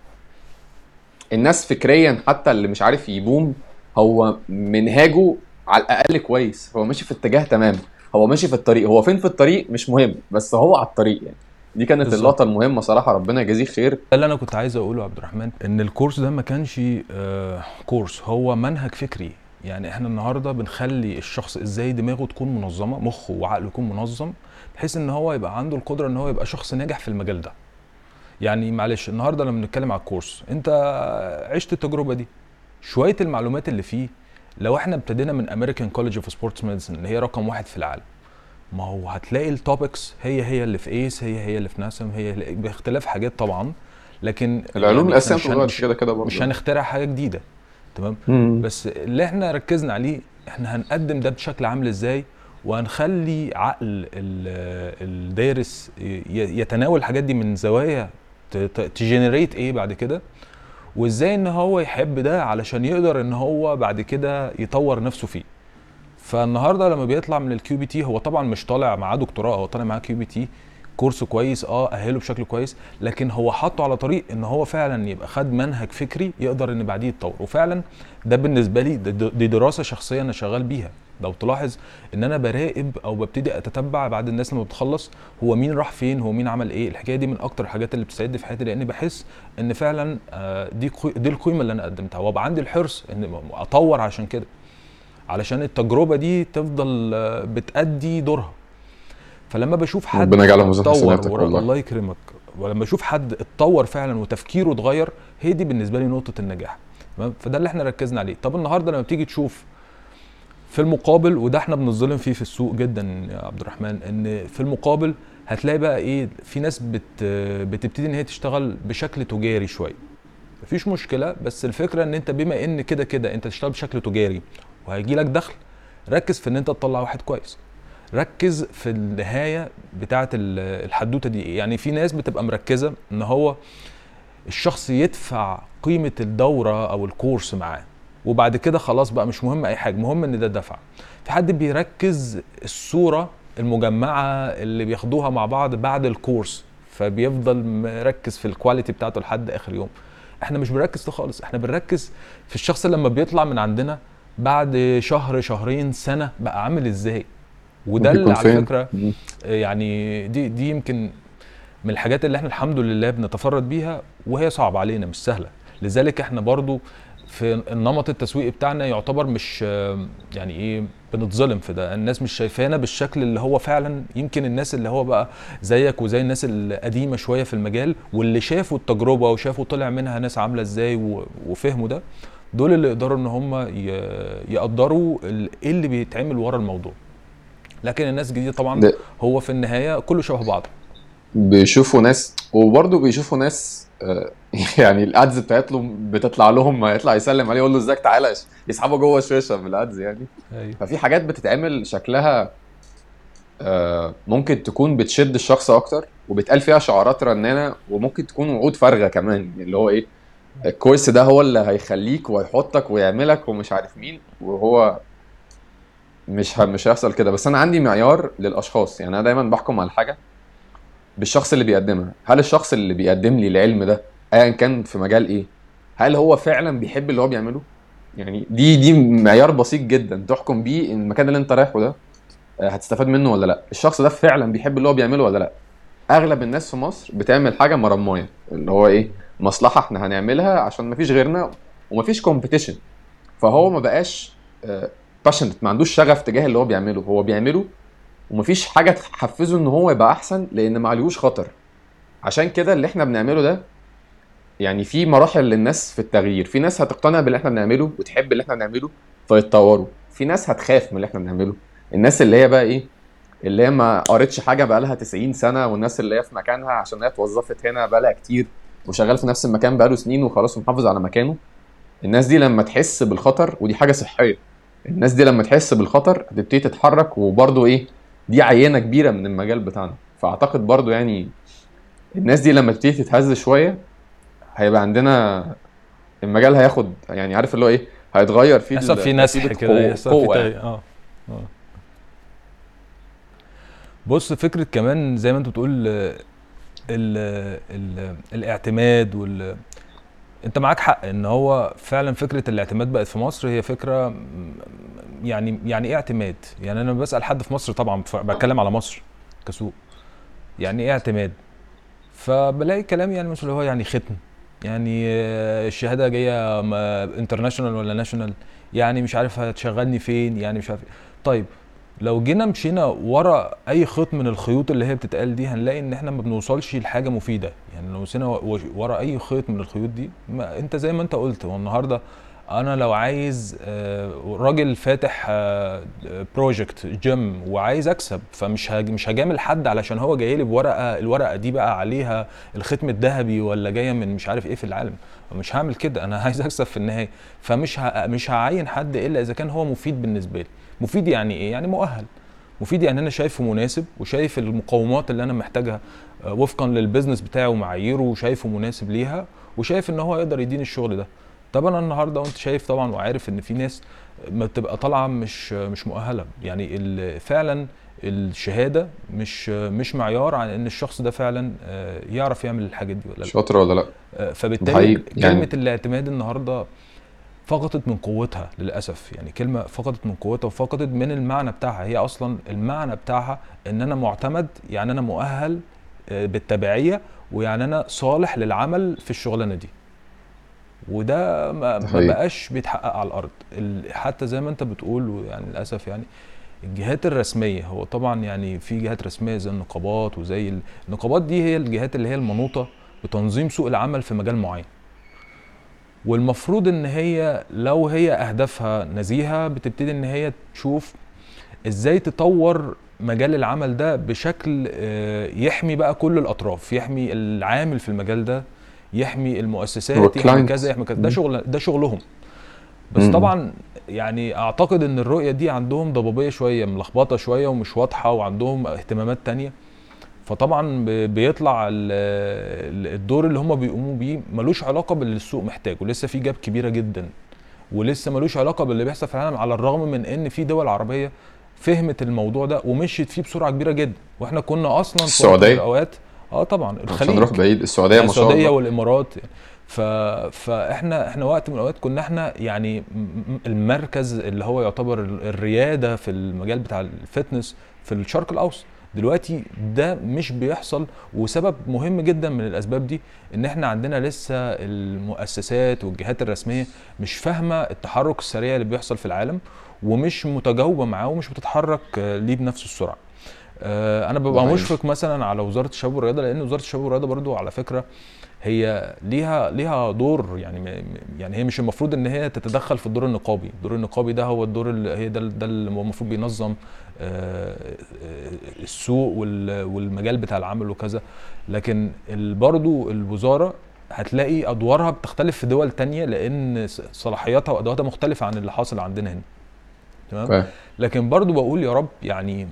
الناس فكريا حتى اللي مش عارف يبوم هو منهاجه على الاقل كويس، هو ماشي في اتجاه تمام، هو ماشي في الطريق، هو فين في الطريق مش مهم بس هو على الطريق يعني. دي كانت بالظبط. اللقطة المهمة صراحة، ربنا يجازيه خير. ده اللي انا كنت عايز اقوله يا عبد الرحمن، ان الكورس ده ما كانش كورس، هو منهج فكري. يعني احنا النهارده بنخلي الشخص ازاي دماغه تكون منظمه، مخه وعقله يكون منظم، بحيث ان هو يبقى عنده القدره ان هو يبقى شخص ناجح في المجال ده. يعني معلش النهارده لما بنتكلم على الكورس، انت عشت التجربه دي، شويه المعلومات اللي فيه. لو احنا ابتدينا من امريكان كوليدج اوف سبورتس ميديسن اللي هي رقم 1 في العالم، ما هو هتلاقي التوبكس هي اللي في ايس، هي اللي في ناسم، باختلاف حاجات طبعا، لكن العلوم يعني احنا الاساسية ما بتتغيرش كده كده مش برضه. هنخترع حاجه جديده. تمام. مم. بس اللي احنا ركزنا عليه احنا هنقدم ده بشكل عامل ازاي، وهنخلي عقل الدارس يتناول الحاجات دي من زوايا تجنريت ايه بعد كده، وازاي ان هو يحب ده علشان يقدر ان هو بعد كده يطور نفسه فيه. فالنهارده لما بيطلع من الكيو بي تي، هو طبعا مش طالع معاه دكتوراه، هو طالع معاه كيو بي تي كورس كويس، اهله بشكل كويس، لكن هو حطه على طريق ان هو فعلا يبقى خد منهج فكري يقدر ان بعديه يتطور. وفعلا ده بالنسبه لي دي دراسه شخصيه انا شغال بيها. لو تلاحظ ان انا براقب او ببتدي اتتبع بعد الناس لما بتخلص هو مين راح فين، هو مين عمل ايه. الحكايه دي من اكتر الحاجات اللي بتساعدني في حياتي، لاني بحس ان فعلا دي القيمه اللي انا قدمتها، وابقى عندي الحرص ان اطور عشان كده، علشان التجربه دي تفضل بتأدي دورها. فلما بشوف ربنا حد يجعلها في ميزان اتطور حسناتك والله. الله يكرمك، ولما اشوف حد اتطور فعلا وتفكيره اتغير، هي دي بالنسبه لي نقطه النجاح. تمام. فده اللي احنا ركزنا عليه. طب النهارده لما بتيجي تشوف في المقابل، وده احنا بنظلم فيه في السوق جدا يا عبد الرحمن، ان في المقابل هتلاقي بقى ايه، في ناس بتبتدي ان هي تشتغل بشكل تجاري شويه. مفيش مشكله، بس الفكره ان انت بما ان كده كده انت تشتغل بشكل تجاري وهيجي لك دخل، ركز في ان انت تطلع واحد كويس. ركز في النهايه بتاعه الحدوته دي ايه. يعني في ناس بتبقى مركزه ان هو الشخص يدفع قيمه الدوره او الكورس معاه، وبعد كده خلاص بقى مش مهم اي حاجه، مهم ان ده دفع. في حد بيركز الصوره المجمعه اللي بياخدوها مع بعض بعد الكورس، فبيفضل مركز في الكواليتي بتاعته لحد اخر يوم. احنا مش بنركز ده خالص، احنا بنركز في الشخص لما بيطلع من عندنا بعد شهر شهرين سنه بقى عامل ازاي. وده ممكن اللي يكون على فين. فكره يعني دي يمكن من الحاجات اللي احنا الحمد لله بنتفرد بيها، وهي صعبة علينا مش سهلة. لذلك احنا برضو في النمط التسويقي بتاعنا يعتبر مش يعني ايه، بنتظلم في ده. الناس مش شايفانا بالشكل اللي هو فعلا. يمكن الناس اللي هو بقى زيك وزي الناس القديمة شوية في المجال، واللي شافوا التجربة وشافوا طلع منها ناس عاملة ازاي وفهموا ده، دول اللي يقدروا ان هم يقدروا ايه اللي بيتعمل ورا الموضوع. لكن الناس الجديدة طبعا ده هو في النهاية كله شبه بعض. بيشوفوا ناس، وبرضه بيشوفوا ناس يعني الادز بتاعتهم بتطلع لهم، ما يطلع يسلم عليه يقول له ازيك تعالى، يسحبه جوه الشاشه من الادز يعني. ايوه. ففي حاجات بتتعمل شكلها ممكن تكون بتشد الشخص اكتر، وبيتقال فيها شعارات رنانه، وممكن تكون وعود فارغه كمان، يعني اللي هو ايه، الكورس ده هو اللي هيخليك وهيحطك ويعملك ومش عارف مين، وهو مش هيحصل كده. بس انا عندي معيار للاشخاص، يعني انا دايما بحكم على الحاجه بالشخص اللي بيقدمها. هل الشخص اللي بيقدم لي العلم ده ايا كان في مجال ايه، هل هو فعلا بيحب اللي هو بيعمله؟ يعني دي معيار بسيط جدا تحكم بيه ان المكان اللي انت رايحه ده هتستفاد منه ولا لا. الشخص ده فعلا بيحب اللي هو بيعمله ولا لا؟ اغلب الناس في مصر بتعمل حاجه مرمايه، اللي هو ايه، مصلحه احنا هنعملها عشان مفيش غيرنا ومفيش كومبيتيشن. فهو ما بقاش باشنت، ما عندوش شغف تجاه اللي هو بيعمله. هو بيعمله ومفيش حاجه تحفزه ان هو يبقى احسن، لان ما عليهوش خطر. عشان كده اللي احنا بنعمله ده، يعني في مراحل للناس في التغيير. في ناس هتقتنع باللي احنا بنعمله وتحب اللي احنا بنعمله فيتطوروا، في ناس هتخاف من اللي احنا بنعمله. الناس اللي هي بقى ايه، اللي هي ما قريتش حاجه بقى لها 90 سنه، والناس اللي هي في مكانها عشان هي اتوظفت هنا بقى لها كتير، وشغال في نفس المكان بقى له سنين وخلاص ومحافظ على مكانه. الناس دي لما تحس بالخطر، ودي حاجه صحيه، الناس دي لما تحس بالخطر هتبتدي تتحرك. وبرضه ايه، دي عينه كبيره من المجال بتاعنا. فاعتقد برضه يعني الناس دي لما تبتدي تتهز شويه، هيبقى عندنا المجال هياخد، يعني عارف اللي هو ايه، هيتغير فيه يحصل في ترتيبة نسح كده، يحصل في قوة يعني. اه. بص، فكرة كمان زي ما انت بتقول ال ال الاعتماد انت معاك حق ان هو فعلا فكرة الاعتماد بقت في مصر هي فكرة يعني ايه اعتماد. يعني انا بسأل حد في مصر، طبعا بتكلم على مصر كسوق، يعني ايه اعتماد؟ فبلاقي كلام يعني مش اللي هو يعني ختم، يعني الشهاده جايه انترناشونال ولا ناشونال، يعني مش عارف هتشغلني فين، يعني مش عارف إيه. طيب لو جينا مشينا ورا اي خيط من الخيوط اللي هي بتتقال دي، هنلاقي ان احنا ما بنوصلش لحاجه مفيده. يعني لو مشينا ورا اي خيط من الخيوط دي، ما انت زي ما انت قلت، هو النهارده انا لو عايز راجل فاتح بروجكت جيم وعايز اكسب، فمش مش هجامل حد علشان هو جاي لي بورقه، الورقه دي بقى عليها الختم الذهبي ولا جايه من مش عارف ايه في العالم. مش هعمل كده، انا عايز اكسب في النهايه. مش هعين حد الا اذا كان هو مفيد بالنسبه لي. مفيد يعني ايه؟ يعني مؤهل. مفيد يعني انا شايفه مناسب وشايف المقومات اللي انا محتاجها وفقا للبيزنس بتاعه ومعاييره، وشايفه مناسب ليها، وشايف ان هو يقدر يديني الشغل ده. طب انا النهارده وانت شايف طبعا وعارف ان في ناس ما بتبقى طالعه مش مؤهله، يعني فعلا الشهاده مش معيار عن ان الشخص ده فعلا يعرف يعمل الحاجات دي ولا لا. شاطر ولا لا؟ ده فبالتالي حقيقي كلمه يعني. الاعتماد النهارده فقدت من قوتها للاسف. يعني كلمه فقدت من قوتها وفقدت من المعنى بتاعها. هي اصلا المعنى بتاعها ان انا معتمد، يعني انا مؤهل بالتبعيه، ويعني انا صالح للعمل في الشغلانه دي. وده ده ما حقيقي. بقاش بيتحقق على الارض. حتى زي ما انت بتقول، يعني للاسف يعني الجهات الرسميه، هو طبعا يعني في جهات رسميه زي النقابات، وزي النقابات دي هي الجهات اللي هي المنوطه بتنظيم سوق العمل في مجال معين. والمفروض ان هي لو هي اهدافها نزيهه بتبتدي ان هي تشوف ازاي تطور مجال العمل ده بشكل يحمي بقى كل الاطراف، يحمي العامل في المجال ده، يحمي المؤسسات، يحمي والكلاينت. كذا يحمي كذا. ده شغلهم. بس طبعا يعني اعتقد ان الرؤيه دي عندهم ضبابيه شويه، ملخبطه شويه ومش واضحه، وعندهم اهتمامات تانية. فطبعا بيطلع الدور اللي هم بيقوموا بيه ملوش علاقه باللي السوق محتاجه. لسه في جاب كبيره جدا، ولسه ملوش علاقه باللي بيحصل في العالم، على الرغم من ان في دول عربيه فهمت الموضوع ده ومشيت فيه بسرعه كبيره جدا. واحنا كنا اصلا في وقت من السعوديه، الاوقات طبعا مش الخليج، هنروح بعيد، السعوديه يعني ما شاء السعوديه الله. والامارات. ف... فاحنا وقت من الاوقات كنا احنا يعني المركز اللي هو يعتبر الرياده في المجال بتاع الفتنس في الشرق الاوسط. دلوقتي ده مش بيحصل، وسبب مهم جدا من الاسباب دي ان احنا عندنا لسه المؤسسات والجهات الرسميه مش فاهمه التحرك السريع اللي بيحصل في العالم، ومش متجاوبه معاه، ومش بتتحرك ليه بنفس السرعه. انا ده ببقى حقيقي. مشفق مثلا على وزاره الشباب والرياضه، لان وزاره الشباب والرياضه برضو على فكره هي ليها دور. يعني هي مش المفروض ان هي تتدخل في الدور النقابي. الدور النقابي ده هو الدور اللي هي ده اللي المفروض بينظم السوق والمجال بتاع العمل وكذا. لكن برضو الوزاره هتلاقي ادوارها بتختلف في دول تانية، لان صلاحياتها وادواتها مختلفه عن اللي حاصل عندنا هنا. تمام. فاهم. لكن برضو بقول يا رب يعني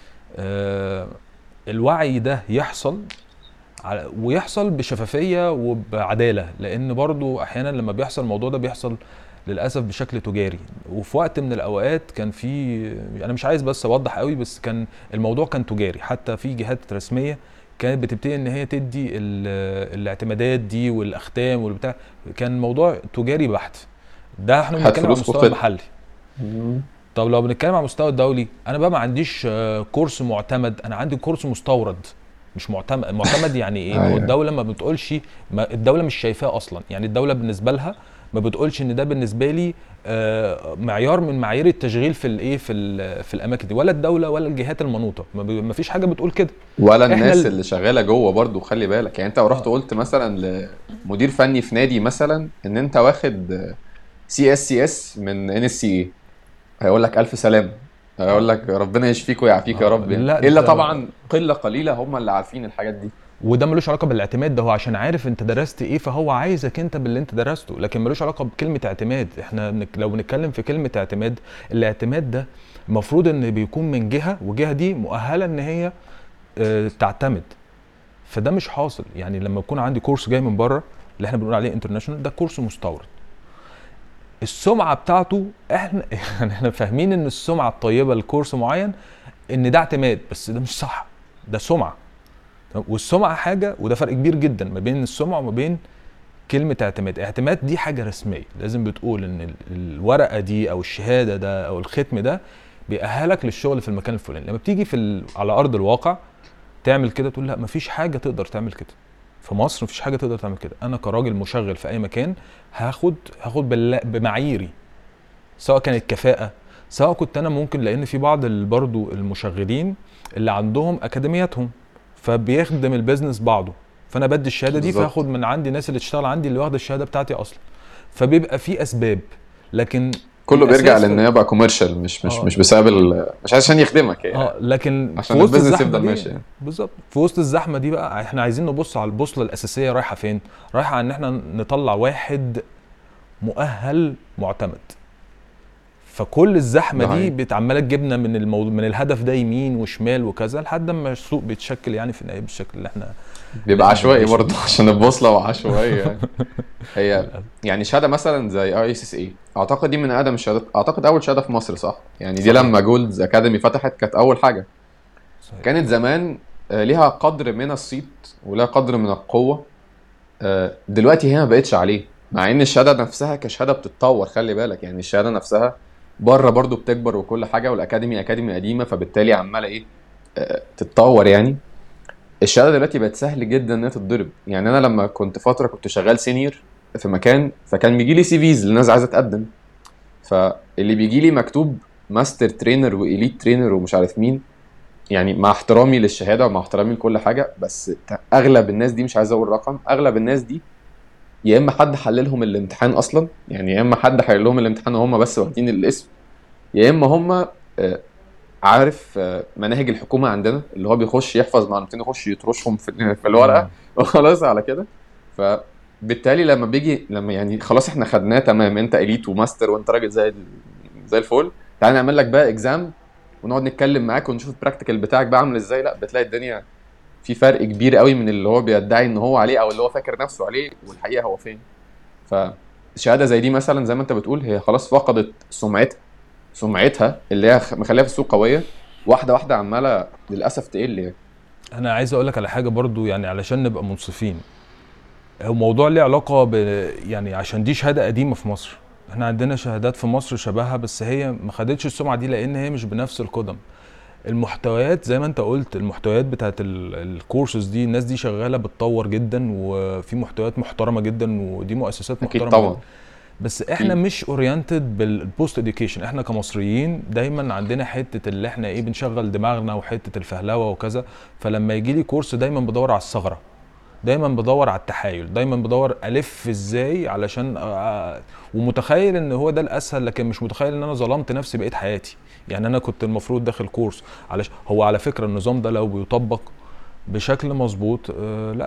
الوعي ده يحصل ويحصل بشفافية وبعدالة، لان برضو احيانا لما بيحصل الموضوع ده بيحصل للاسف بشكل تجاري. وفي وقت من الاوقات كان في، انا مش عايز بس اوضح قوي، بس كان الموضوع كان تجاري. حتى في جهات رسمية كانت بتبتدي ان هي تدي الاعتمادات دي والاختام والبتاع، كان موضوع تجاري بحت. ده احنا هات بنتكلم على فلوس المستوى خد. المحلي. طب لو بنتكلم على المستوى الدولي، انا بقى ما عنديش كورس معتمد، انا عندي كورس مستورد مش معتمد. معتمد يعني ايه؟ ما هو ايوه. الدوله ما بتقولش، ما الدوله مش شايفاه اصلا. يعني الدوله بالنسبه لها ما بتقولش ان ده بالنسبه لي معيار من معايير التشغيل في الايه في الاماكن دي، ولا الدوله ولا الجهات المنوطه، ما فيش حاجه بتقول كده. ولا احنا الناس اللي شغاله جوه برضو، خلي بالك. يعني انت لو رحت اه قلت مثلا لمدير فني في نادي مثلا ان انت واخد CSCS من NSCA، هيقول لك الف سلامه، هيقول اه لك ربنا يشفيك ويعافيك يا رب يعني. لا الا ده، طبعا قله قليله هم اللي عارفين الحاجات دي. وده ملوش علاقه بالاعتماد. ده هو عشان عارف انت درست ايه، فهو عايزك انت باللي انت درسته، لكن ملوش علاقه بكلمه اعتماد. احنا لو بنتكلم في كلمه اعتماد، الاعتماد ده المفروض ان بيكون من جهه، وجهه دي مؤهله ان هي تعتمد. فده مش حاصل. يعني لما يكون عندي كورس جاي من بره اللي احنا بنقول عليه انترناشونال، ده كورس مستورد. السمعه بتاعته احنا يعني احنا فاهمين ان السمعه الطيبه لكورس معين ان ده اعتماد، بس ده مش صح. ده سمعه. والسمعه حاجه، وده فرق كبير جدا ما بين السمعه وما بين كلمه اعتماد. اعتماد دي حاجه رسميه، لازم بتقول ان الورقه دي او الشهاده ده او الختم ده بيأهلك للشغل في المكان الفلاني. لما بتيجي على ارض الواقع تعمل كده، تقول لا مفيش حاجه تقدر تعمل كده في مصر، مفيش حاجه تقدر تعمل كده. انا كراجل مشغل في اي مكان هاخد بمعاييري، سواء كانت كفاءه، سواء كنت انا ممكن، لان في بعض برضو المشغلين اللي عندهم اكاديمياتهم فبيخدم البيزنس بعضه، فانا بدي الشهاده دي فاخد بالظبط. من عندي ناس اللي تشتغل عندي اللي واخده الشهاده بتاعتي اصلا. فبيبقى في اسباب لكن كله بيرجع الاساس لان في يبقى كوميرشال، مش اه بسبب مش عشان يخدمك يعني، لكن في عشان وسط البيزنس الزحمه يفضل دي، ماشي يعني. بالظبط في وسط الزحمه دي بقى احنا عايزين نبص على البوصله الاساسيه رايحه فين. رايحه ان احنا نطلع واحد مؤهل معتمد. فكل الزحمه ده دي حقيقي. بتعمله تجيبنا من من الهدف ده يمين وشمال وكذا لحد ما السوق بيتشكل يعني في النهايه بالشكل اللي بيبقى احنا عشوائي بنعيشه برضه ده. عشان البوصله وعشوائيه يعني. هي للاسف. يعني شهاده مثلا زي اي اس اس اي، اعتقد دي من اقدم الشهادات، اعتقد اول شهاده في مصر صح يعني. دي صحيح. لما جولدز اكاديمي فتحت كانت اول حاجه. صحيح. كانت زمان ليها قدر من الصيت ولها قدر من القوه. دلوقتي هي ما بقتش عليه، مع ان الشهاده نفسها كشهاده بتتطور، خلي بالك يعني الشهاده نفسها بره برضو بتكبر وكل حاجه، والاكاديمي اكاديمي قديمه فبالتالي عماله ايه، تتطور يعني. الشهاده دلوقتي بقت سهل جدا انها تتضرب يعني. انا لما كنت فتره كنت شغال سينيور في مكان، فكان بيجي لي سي فيز للناس عايزه تقدم، فاللي بيجي لي مكتوب ماستر ترينر واليت ترينر ومش عارف مين. يعني مع احترامي للشهاده ومع احترامي لكل حاجه، بس اغلب الناس دي، مش عايز اقول رقم، اغلب الناس دي يا اما حد حللهم الامتحان اصلا يعني، يا اما حد حلل لهم الامتحان وهم بس واخدين الاسم، يا اما هم عارف مناهج الحكومه عندنا اللي هو بيخش يحفظ معلومتين يخش يطرشهم في الورقه امم. وخلاص على كده. فبالتالي لما بيجي لما يعني خلاص احنا خدناه تمام، انت اليت وماستر وانت راجل زي الفل، تعالى نعمل لك بقى اكزام ونقعد نتكلم معاك ونشوف البراكتيكال بتاعك بقى عامل ازاي. لا، بتلاقي الدنيا في فرق كبير قوي من اللي هو بيدعي ان هو عليه او اللي هو فاكر نفسه عليه والحقيقه هو فين. فشهاده زي دي مثلا زي ما انت بتقول هي خلاص فقدت سمعتها اللي هي مخليها في السوق قويه، واحده واحده عماله للاسف تقل يعني. انا عايز اقول لك على حاجه برضو يعني علشان نبقى منصفين. هو موضوع ليه علاقه يعني عشان دي شهاده قديمه في مصر. احنا عندنا شهادات في مصر شبهها بس هي ما خدتش السمعه دي لان هي مش بنفس القدم. المحتويات زي ما انت قلت، المحتويات بتاعت الكورسز دي الناس دي شغاله بتطور جدا وفي محتويات محترمه جدا ودي مؤسسات اكيد محترمه جدا. طبعا. بس احنا اكيد. مش اورينتد بالبوست اديوكيشن. احنا كمصريين دايما عندنا حته اللي احنا ايه بنشغل دماغنا وحته الفهلوه وكذا. فلما يجي لي كورس دايما بدور على الثغره، دايما بدور على التحايل، دايما بدور الف ازاي علشان ومتخيل ان هو ده الاسهل، لكن مش متخيل ان انا ظلمت نفسي بقيت حياتي. يعني انا كنت المفروض داخل كورس هو على فكره النظام ده لو بيطبق بشكل مظبوط لا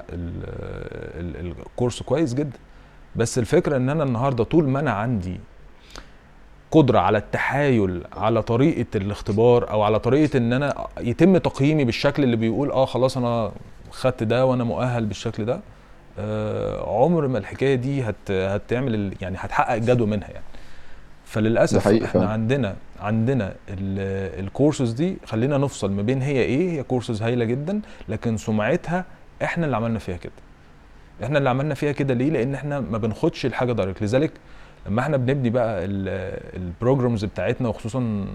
الكورس كويس جدا. بس الفكره ان انا النهارده طول ما انا عندي قدره على التحايل على طريقه الاختبار او على طريقه ان انا يتم تقييمي بالشكل اللي بيقول خلاص انا خدت ده وانا مؤهل بالشكل ده، عمر ما الحكايه دي هتعمل يعني هتحقق الجدوى منها يعني. ده فللاسف حقيقي احنا فعلا. عندنا الكورسز دي خلينا نفصل ما بين هي ايه. هي كورسز هايله جدا لكن سمعتها احنا اللي عملنا فيها كده. احنا اللي عملنا فيها كده ليه؟ لان احنا ما بناخدش الحاجه دايركت. لذلك لما احنا بنبني بقى البروجرامز بتاعتنا وخصوصا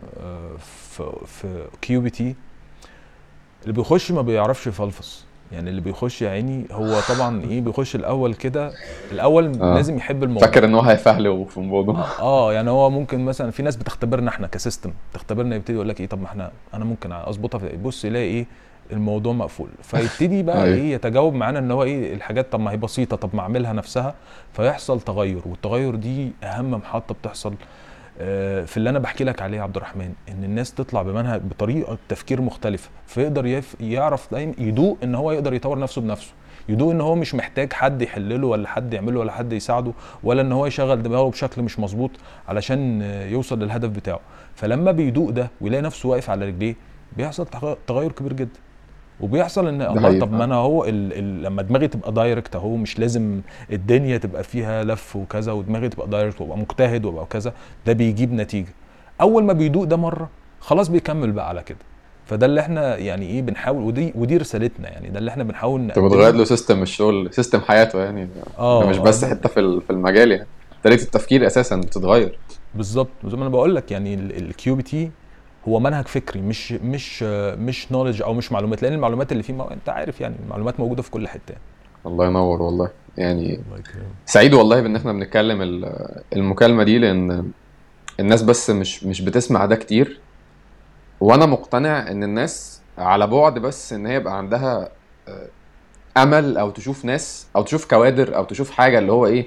في كيو بي تي، اللي بيخش ما بيعرفش يفلفص. يعني اللي بيخش يا عيني هو طبعا ايه بيخش الاول كده، الاول اه، لازم يحب الموضوع. فاكر ان هو هيفهلو في الموضوع. يعني هو ممكن مثلا في ناس بتختبرنا احنا كسيستم، تختبرنا يبتدي يقول لك ايه طب ما انا ممكن اظبطها بص يلاقي ايه الموضوع مقفول، فيبتدي بقى ايوه. ايه يتجاوب معانا ان هو ايه الحاجات طب ما هي بسيطه طب ما اعملها نفسها. فيحصل تغير، والتغير دي اهم محطه بتحصل في اللي انا بحكي لك عليه يا عبد الرحمن. ان الناس تطلع بمنهج بطريقه تفكير مختلفه فيقدر يعرف دايما يدوق ان هو يقدر يطور نفسه بنفسه، يدوق ان هو مش محتاج حد يحلله ولا حد يعمله ولا حد يساعده ولا ان هو يشغل دماغه بشكل مش مظبوط علشان يوصل للهدف بتاعه. فلما بيدوق ده ويلاقي نفسه واقف على رجليه بيحصل تغير كبير جدا. وبيحصل ان ده الله حقيقي طب ما فعلا. انا هو لما دماغي تبقى دايركت اهو مش لازم الدنيا تبقى فيها لف وكذا، ودماغي تبقى دايركت وابقى مجتهد وابقى كذا، ده بيجيب نتيجه. اول ما بيدوق ده مره خلاص بيكمل بقى على كده. فده اللي احنا يعني ايه بنحاول، ودي رسالتنا يعني، ده اللي احنا بنحاول انت بتغير نقدمه. له سيستم الشغل، سيستم حياته يعني. ده مش اه بس ده حته في المجال يعني، طريقه التفكير اساسا بتتغير. بالظبط زي ما انا بقول لك يعني الكيو بي تي هو منهج فكري مش نولج او مش معلومات، لان المعلومات اللي فيه انت عارف يعني المعلومات موجوده في كل حته يعني. الله ينور والله يعني. الله يكرمك. سعيد والله بان احنا بنتكلم المكالمه دي، لان الناس بس مش بتسمع ده كتير. وانا مقتنع ان الناس على بعد بس ان هي يبقى عندها امل، او تشوف ناس او تشوف كوادر او تشوف حاجه اللي هو ايه،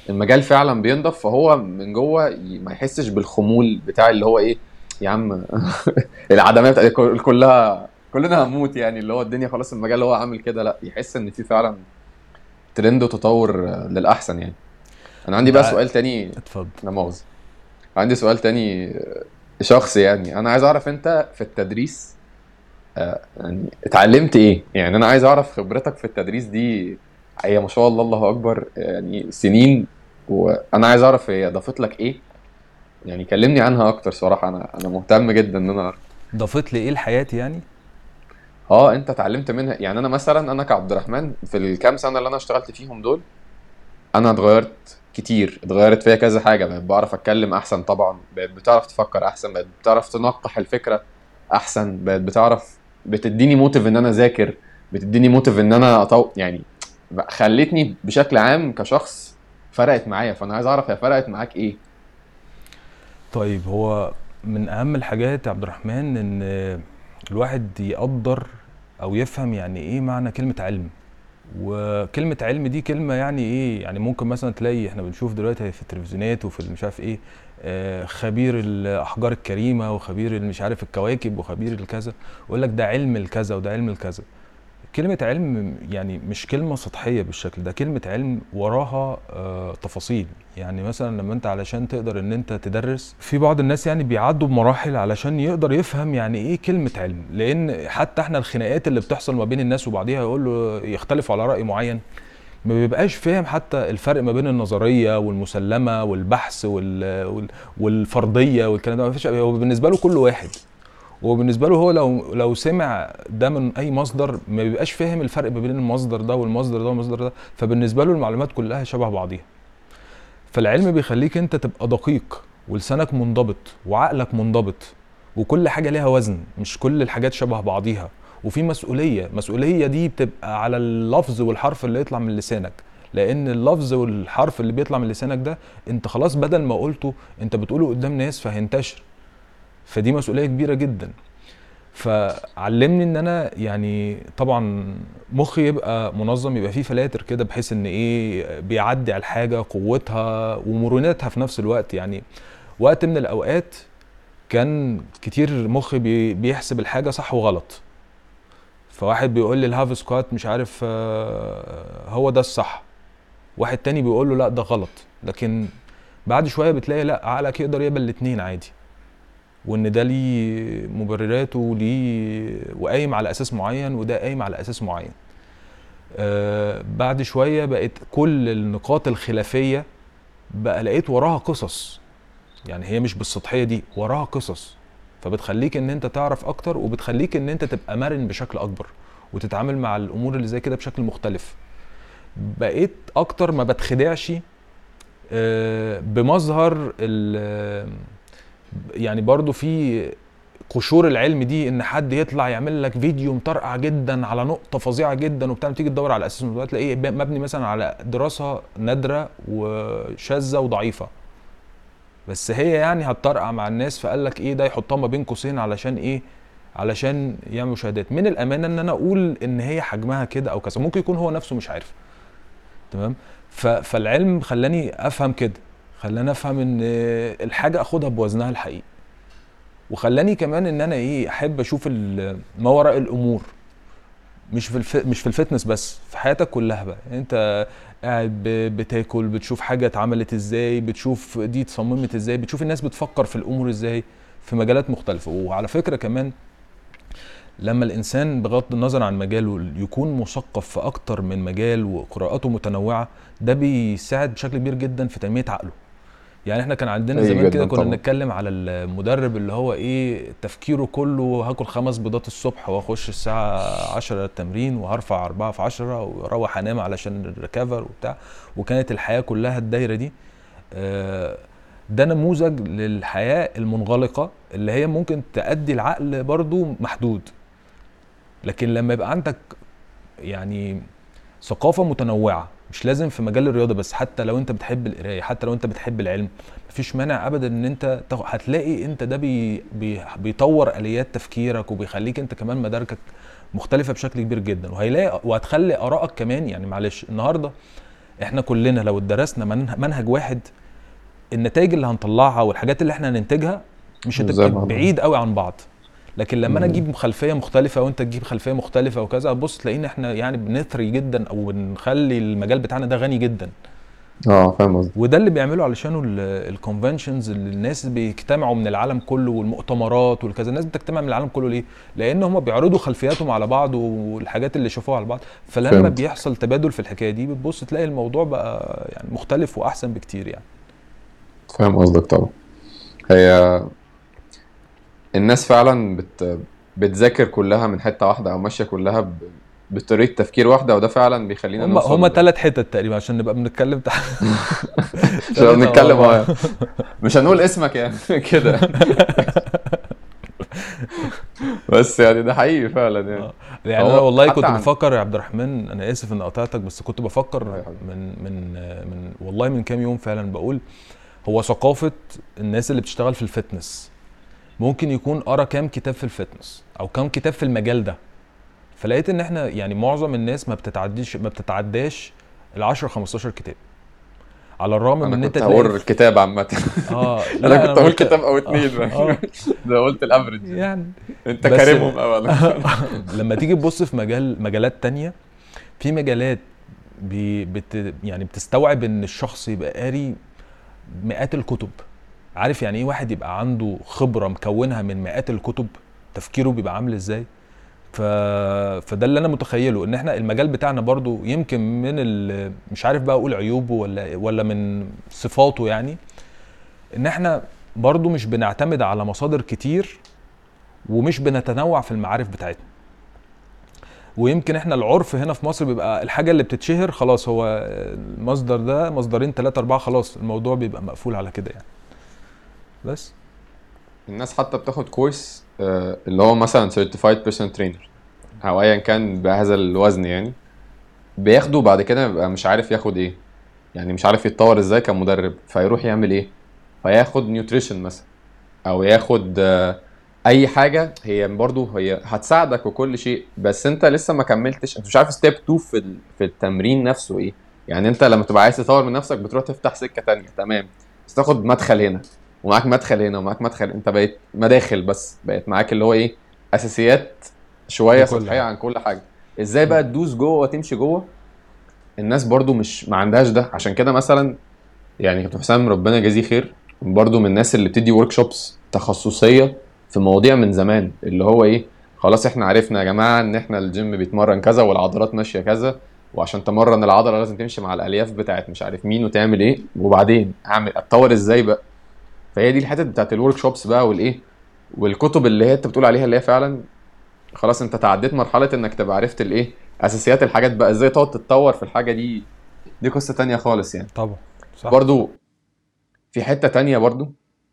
المجال فعلا بينضف، فهو من جوه ما يحسش بالخمول بتاع اللي هو ايه، يا عم العدميه بتاعت كلنا هنموت يعني، اللي هو الدنيا خلاص المجال اللي هو عامل كده، لا يحس ان في فعلا ترند وتطور للاحسن يعني. انا عندي انت بقى سؤال تاني. اتفضل. لا مؤاخذة، عندي سؤال تاني شخصي يعني. انا عايز اعرف انت في التدريس يعني اتعلمت ايه؟ يعني انا عايز اعرف خبرتك في التدريس دي، هي ما شاء الله الله اكبر يعني سنين، وانا عايز اعرف هي ضافت لك ايه. يعني كلمني عنها اكتر صراحة، انا مهتم جدا ان انا اعرف. ضافت لي ايه لحياتي يعني؟ اه انت اتعلمت منها يعني. انا مثلا انا كعبد الرحمن في الكام سنة اللي انا اشتغلت فيهم دول، انا اتغيرت كتير، اتغيرت فيا كذا حاجة. بقيت بعرف اتكلم احسن طبعا، بقيت بتعرف تفكر احسن، بقيت بتعرف تنقح الفكرة احسن، بقيت بتعرف، بتديني موتيف ان انا اذاكر، بتديني موتيف ان انا يعني خلتني بشكل عام كشخص، فرقت معايا. فانا عايز اعرف هي فرقت معاك ايه. طيب، هو من اهم الحاجات يا عبد الرحمن ان الواحد يقدر او يفهم يعني ايه معنى كلمة علم. وكلمة علم دي كلمة يعني ايه؟ يعني ممكن مثلا تلاقي احنا بنشوف دلوقتي في التلفزيونات وفي مش عارف ايه، خبير الاحجار الكريمة وخبير مش عارف الكواكب وخبير الكذا، ويقول لك ده علم الكذا وده علم الكذا. كلمة علم يعني مش كلمة سطحية بالشكل ده، كلمة علم وراها تفاصيل. يعني مثلا لما انت علشان تقدر ان انت تدرس، في بعض الناس يعني بيعدوا بمراحل علشان يقدر يفهم يعني ايه كلمة علم. لان حتى احنا الخناقات اللي بتحصل ما بين الناس وبعضيها يقول له يختلفوا على رأي معين، ما بيبقاش فاهم حتى الفرق ما بين النظرية والمسلمة والبحث والفرضية والكلام ده. ما فيش، هو بالنسبة له كل واحد. وبالنسبه له هو لو سمع ده من اي مصدر ما بيبقاش فاهم الفرق ما بين المصدر ده والمصدر ده والمصدر ده، فبالنسبه له المعلومات كلها شبه بعضيها. فالعلم بيخليك انت تبقى دقيق ولسانك منضبط وعقلك منضبط، وكل حاجه ليها وزن، مش كل الحاجات شبه بعضيها. وفي مسؤوليه دي بتبقى على اللفظ والحرف اللي يطلع من لسانك. لان اللفظ والحرف اللي بيطلع من لسانك ده انت خلاص بدل ما قلته انت بتقوله قدام ناس فهينتشر. فدي مسؤوليه كبيره جدا. فعلمني ان انا يعني طبعا مخي يبقى منظم، يبقى فيه فلاتر كده بحيث ان ايه بيعدي على الحاجه قوتها ومرونتها في نفس الوقت. يعني وقت من الاوقات كان كتير مخي بيحسب الحاجه صح وغلط. فواحد بيقول لي الهاف سكوات مش عارف هو ده الصح، واحد تاني بيقول له لا ده غلط. لكن بعد شويه بتلاقي لا، عقلك يقدر يقبل الاتنين عادي، وان ده ليه مبرراته وليه وقايم على اساس معين وده قايم على اساس معين. بعد شويه بقت كل النقاط الخلافيه بقى لقيت وراها قصص. يعني هي مش بالسطحيه دي، وراها قصص. فبتخليك ان انت تعرف اكتر، وبتخليك ان انت تبقى مرن بشكل اكبر وتتعامل مع الامور اللي زي كده بشكل مختلف. بقيت اكتر ما بتخدعش بمظهر يعني برضو في قشور العلم دي ان حد يطلع يعمل لك فيديو مطرقع جدا على نقطه فظيعه جدا وبتاع، تيجي تدور على اساسه تلاقيه مبني مثلا على دراسه نادره وشاذه وضعيفه، بس هي يعني هتطرقع مع الناس، فقال لك ايه ده، يحطها ما بين قوسين علشان ايه؟ علشان يعمل مشاهدات. من الامانه ان انا اقول ان هي حجمها كده او كذا، ممكن يكون هو نفسه مش عارف. تمام. فالعلم خلاني افهم كده، خلاني افهم ان الحاجه اخدها بوزنها الحقيقي، وخلاني كمان ان انا ايه احب اشوف ما وراء الامور. مش في الفتنس بس، في حياتك كلها بقى. يعني انت قاعد بتاكل، بتشوف حاجه اتعملت ازاي، بتشوف دي اتصممت ازاي، بتشوف الناس بتفكر في الامور ازاي في مجالات مختلفه. وعلى فكره كمان لما الانسان بغض النظر عن مجاله يكون مثقف في اكتر من مجال وقراءاته متنوعه، ده بيساعد بشكل كبير جدا في تنميه عقله. يعني احنا كان عندنا اي زمان كده جدا كنا طبعا. نتكلم على المدرب اللي هو ايه تفكيره كله هاكل 5 بيضات الصبح واخش الساعة 10 التمرين وهرفع 4 في 10 واروح انام علشان الريكفر وبتاع. وكانت الحياة كلها الدايرة دي. ده نموذج للحياة المنغلقة اللي هي ممكن تأدي العقل برضو محدود. لكن لما يبقى عندك يعني ثقافة متنوعة، مش لازم في مجال الرياضة بس، حتى لو انت بتحب القراية، حتى لو انت بتحب العلم، مفيش مانع ابدا ان انت هتلاقي انت ده بيطور اليات تفكيرك وبيخليك انت كمان مداركك مختلفة بشكل كبير جدا. وهتخلي ارائك كمان. يعني معلش النهاردة احنا كلنا لو درسنا منهج واحد، النتائج اللي هنطلعها والحاجات اللي احنا هننتجها مش مش زي هتبقى بعض. بعيد قوي عن بعض. لكن لما انا مم. اجيب خلفيه مختلفه وانت تجيب خلفيه مختلفه وكذا، بص تلاقينا احنا يعني بنثري جدا او بنخلي المجال بتاعنا ده غني جدا. اه فاهم قصدي. وده اللي بيعملوا علشانه الكونفنشنز اللي الناس بيجتمعوا من العالم كله، والمؤتمرات والكذا. الناس بتجتمع من العالم كله ليه؟ لان هم بيعرضوا خلفياتهم على بعض والحاجات اللي شافوها على بعض. فلما فهمت. بيحصل تبادل في الحكايه دي، بتبص تلاقي الموضوع بقى يعني مختلف واحسن بكتير يعني. فاهم قصدك طبعا. هي الناس فعلا بتذاكر كلها من حتة واحدة او ماشية كلها بطريقة تفكير واحدة، وده فعلا بيخلينا هم نوصل. 3 حتت تقريبا عشان نبقى بنتكلم مش ثلاثة او هنتكلم 4. مش هنقول اسمك يعني كده. بس يعني ده حقيقي فعلا يعني. يعني انا فهو والله حتى كنت عن بفكر يا عبد الرحمن، انا اسف ان قطعتك، بس كنت بفكر لا يا حبيبي. من والله من كام يوم فعلا بقول، هو ثقافة الناس اللي بتشتغل في الفتنس ممكن يكون قرا كام كتاب في الفتنس او كام كتاب في المجال ده. فلقيت ان احنا يعني معظم الناس ما بتتعداش ال 10 15 كتاب، على الرغم من انا ان انت كنت تلاقي هقول الكتاب عامة. لا انا انا كنت هقول قلت كتاب او اتنين ده قلت الافريج يعني. يعني انت بس كارمهم اولا. لما تيجي تبص في مجالات تانية، في مجالات يعني بتستوعب ان الشخص يبقى قاري مئات الكتب. عارف يعني ايه واحد يبقى عنده خبرة مكونها من مئات الكتب؟ تفكيره بيبقى عامل ازاي؟ ف... فده اللي انا متخيله، ان احنا المجال بتاعنا برضو يمكن مش عارف بقى اقول عيوبه ولا من صفاته يعني، ان احنا برضو مش بنعتمد على مصادر كتير، ومش بنتنوع في المعارف بتاعتنا. ويمكن احنا العرف هنا في مصر بيبقى الحاجة اللي بتتشهر خلاص، هو المصدر ده مصدرين 3 4 خلاص الموضوع بيبقى مقفول على كده يعني. بس الناس حتى بتاخد كورس اللي هو مثلا certified personal trainer او ايا كان بهذا الوزن يعني، بياخده بعد كده بيبقى مش عارف ياخد ايه. يعني مش عارف يتطور ازاي كمدرب، فيروح يعمل ايه؟ فياخد نيوتريشن مثلا، او ياخد اي حاجه هي برضو هي هتساعدك وكل شيء، بس انت لسه ما كملتش، انت مش عارف ستيب 2 في التمرين نفسه ايه. يعني انت لما تبقى عايز تطور من نفسك بتروح تفتح سكه تانية تمام، بس تاخد مدخل هنا ومعاك مدخل هنا ومعاك مدخل، انت بقيت مداخل بس بقيت معاك اللي هو ايه، اساسيات شويه لكل سطحيه حاجة. عن كل حاجه. ازاي بقى تدوس جوه وتمشي جوه؟ الناس برضو مش ما عندهاش ده. عشان كده مثلا يعني كابتن حسام ربنا يجازيه خير برضو من الناس اللي بتدي ورك شوبس تخصصيه في مواضيع من زمان، اللي هو ايه، خلاص احنا عرفنا يا جماعه ان احنا الجيم بيتمرن كذا والعضلات ماشيه كذا، وعشان تمرن العضله لازم تمشي مع الالياف بتاعت مش عارف مين وتعمل ايه، وبعدين اعمل اتطور ازاي بقى. فهي دي الحته بتاعت الورك شوبس بقى والايه، والكتب اللي هي انت بتقول عليها اللي هي فعلا خلاص انت تعديت مرحله انك تبقى عرفت الايه، اساسيات الحاجات بقى ازاي تقعد تتطور في الحاجه دي. دي قصه تانية خالص يعني. طبعا. صح. برضو في حته تانية برضو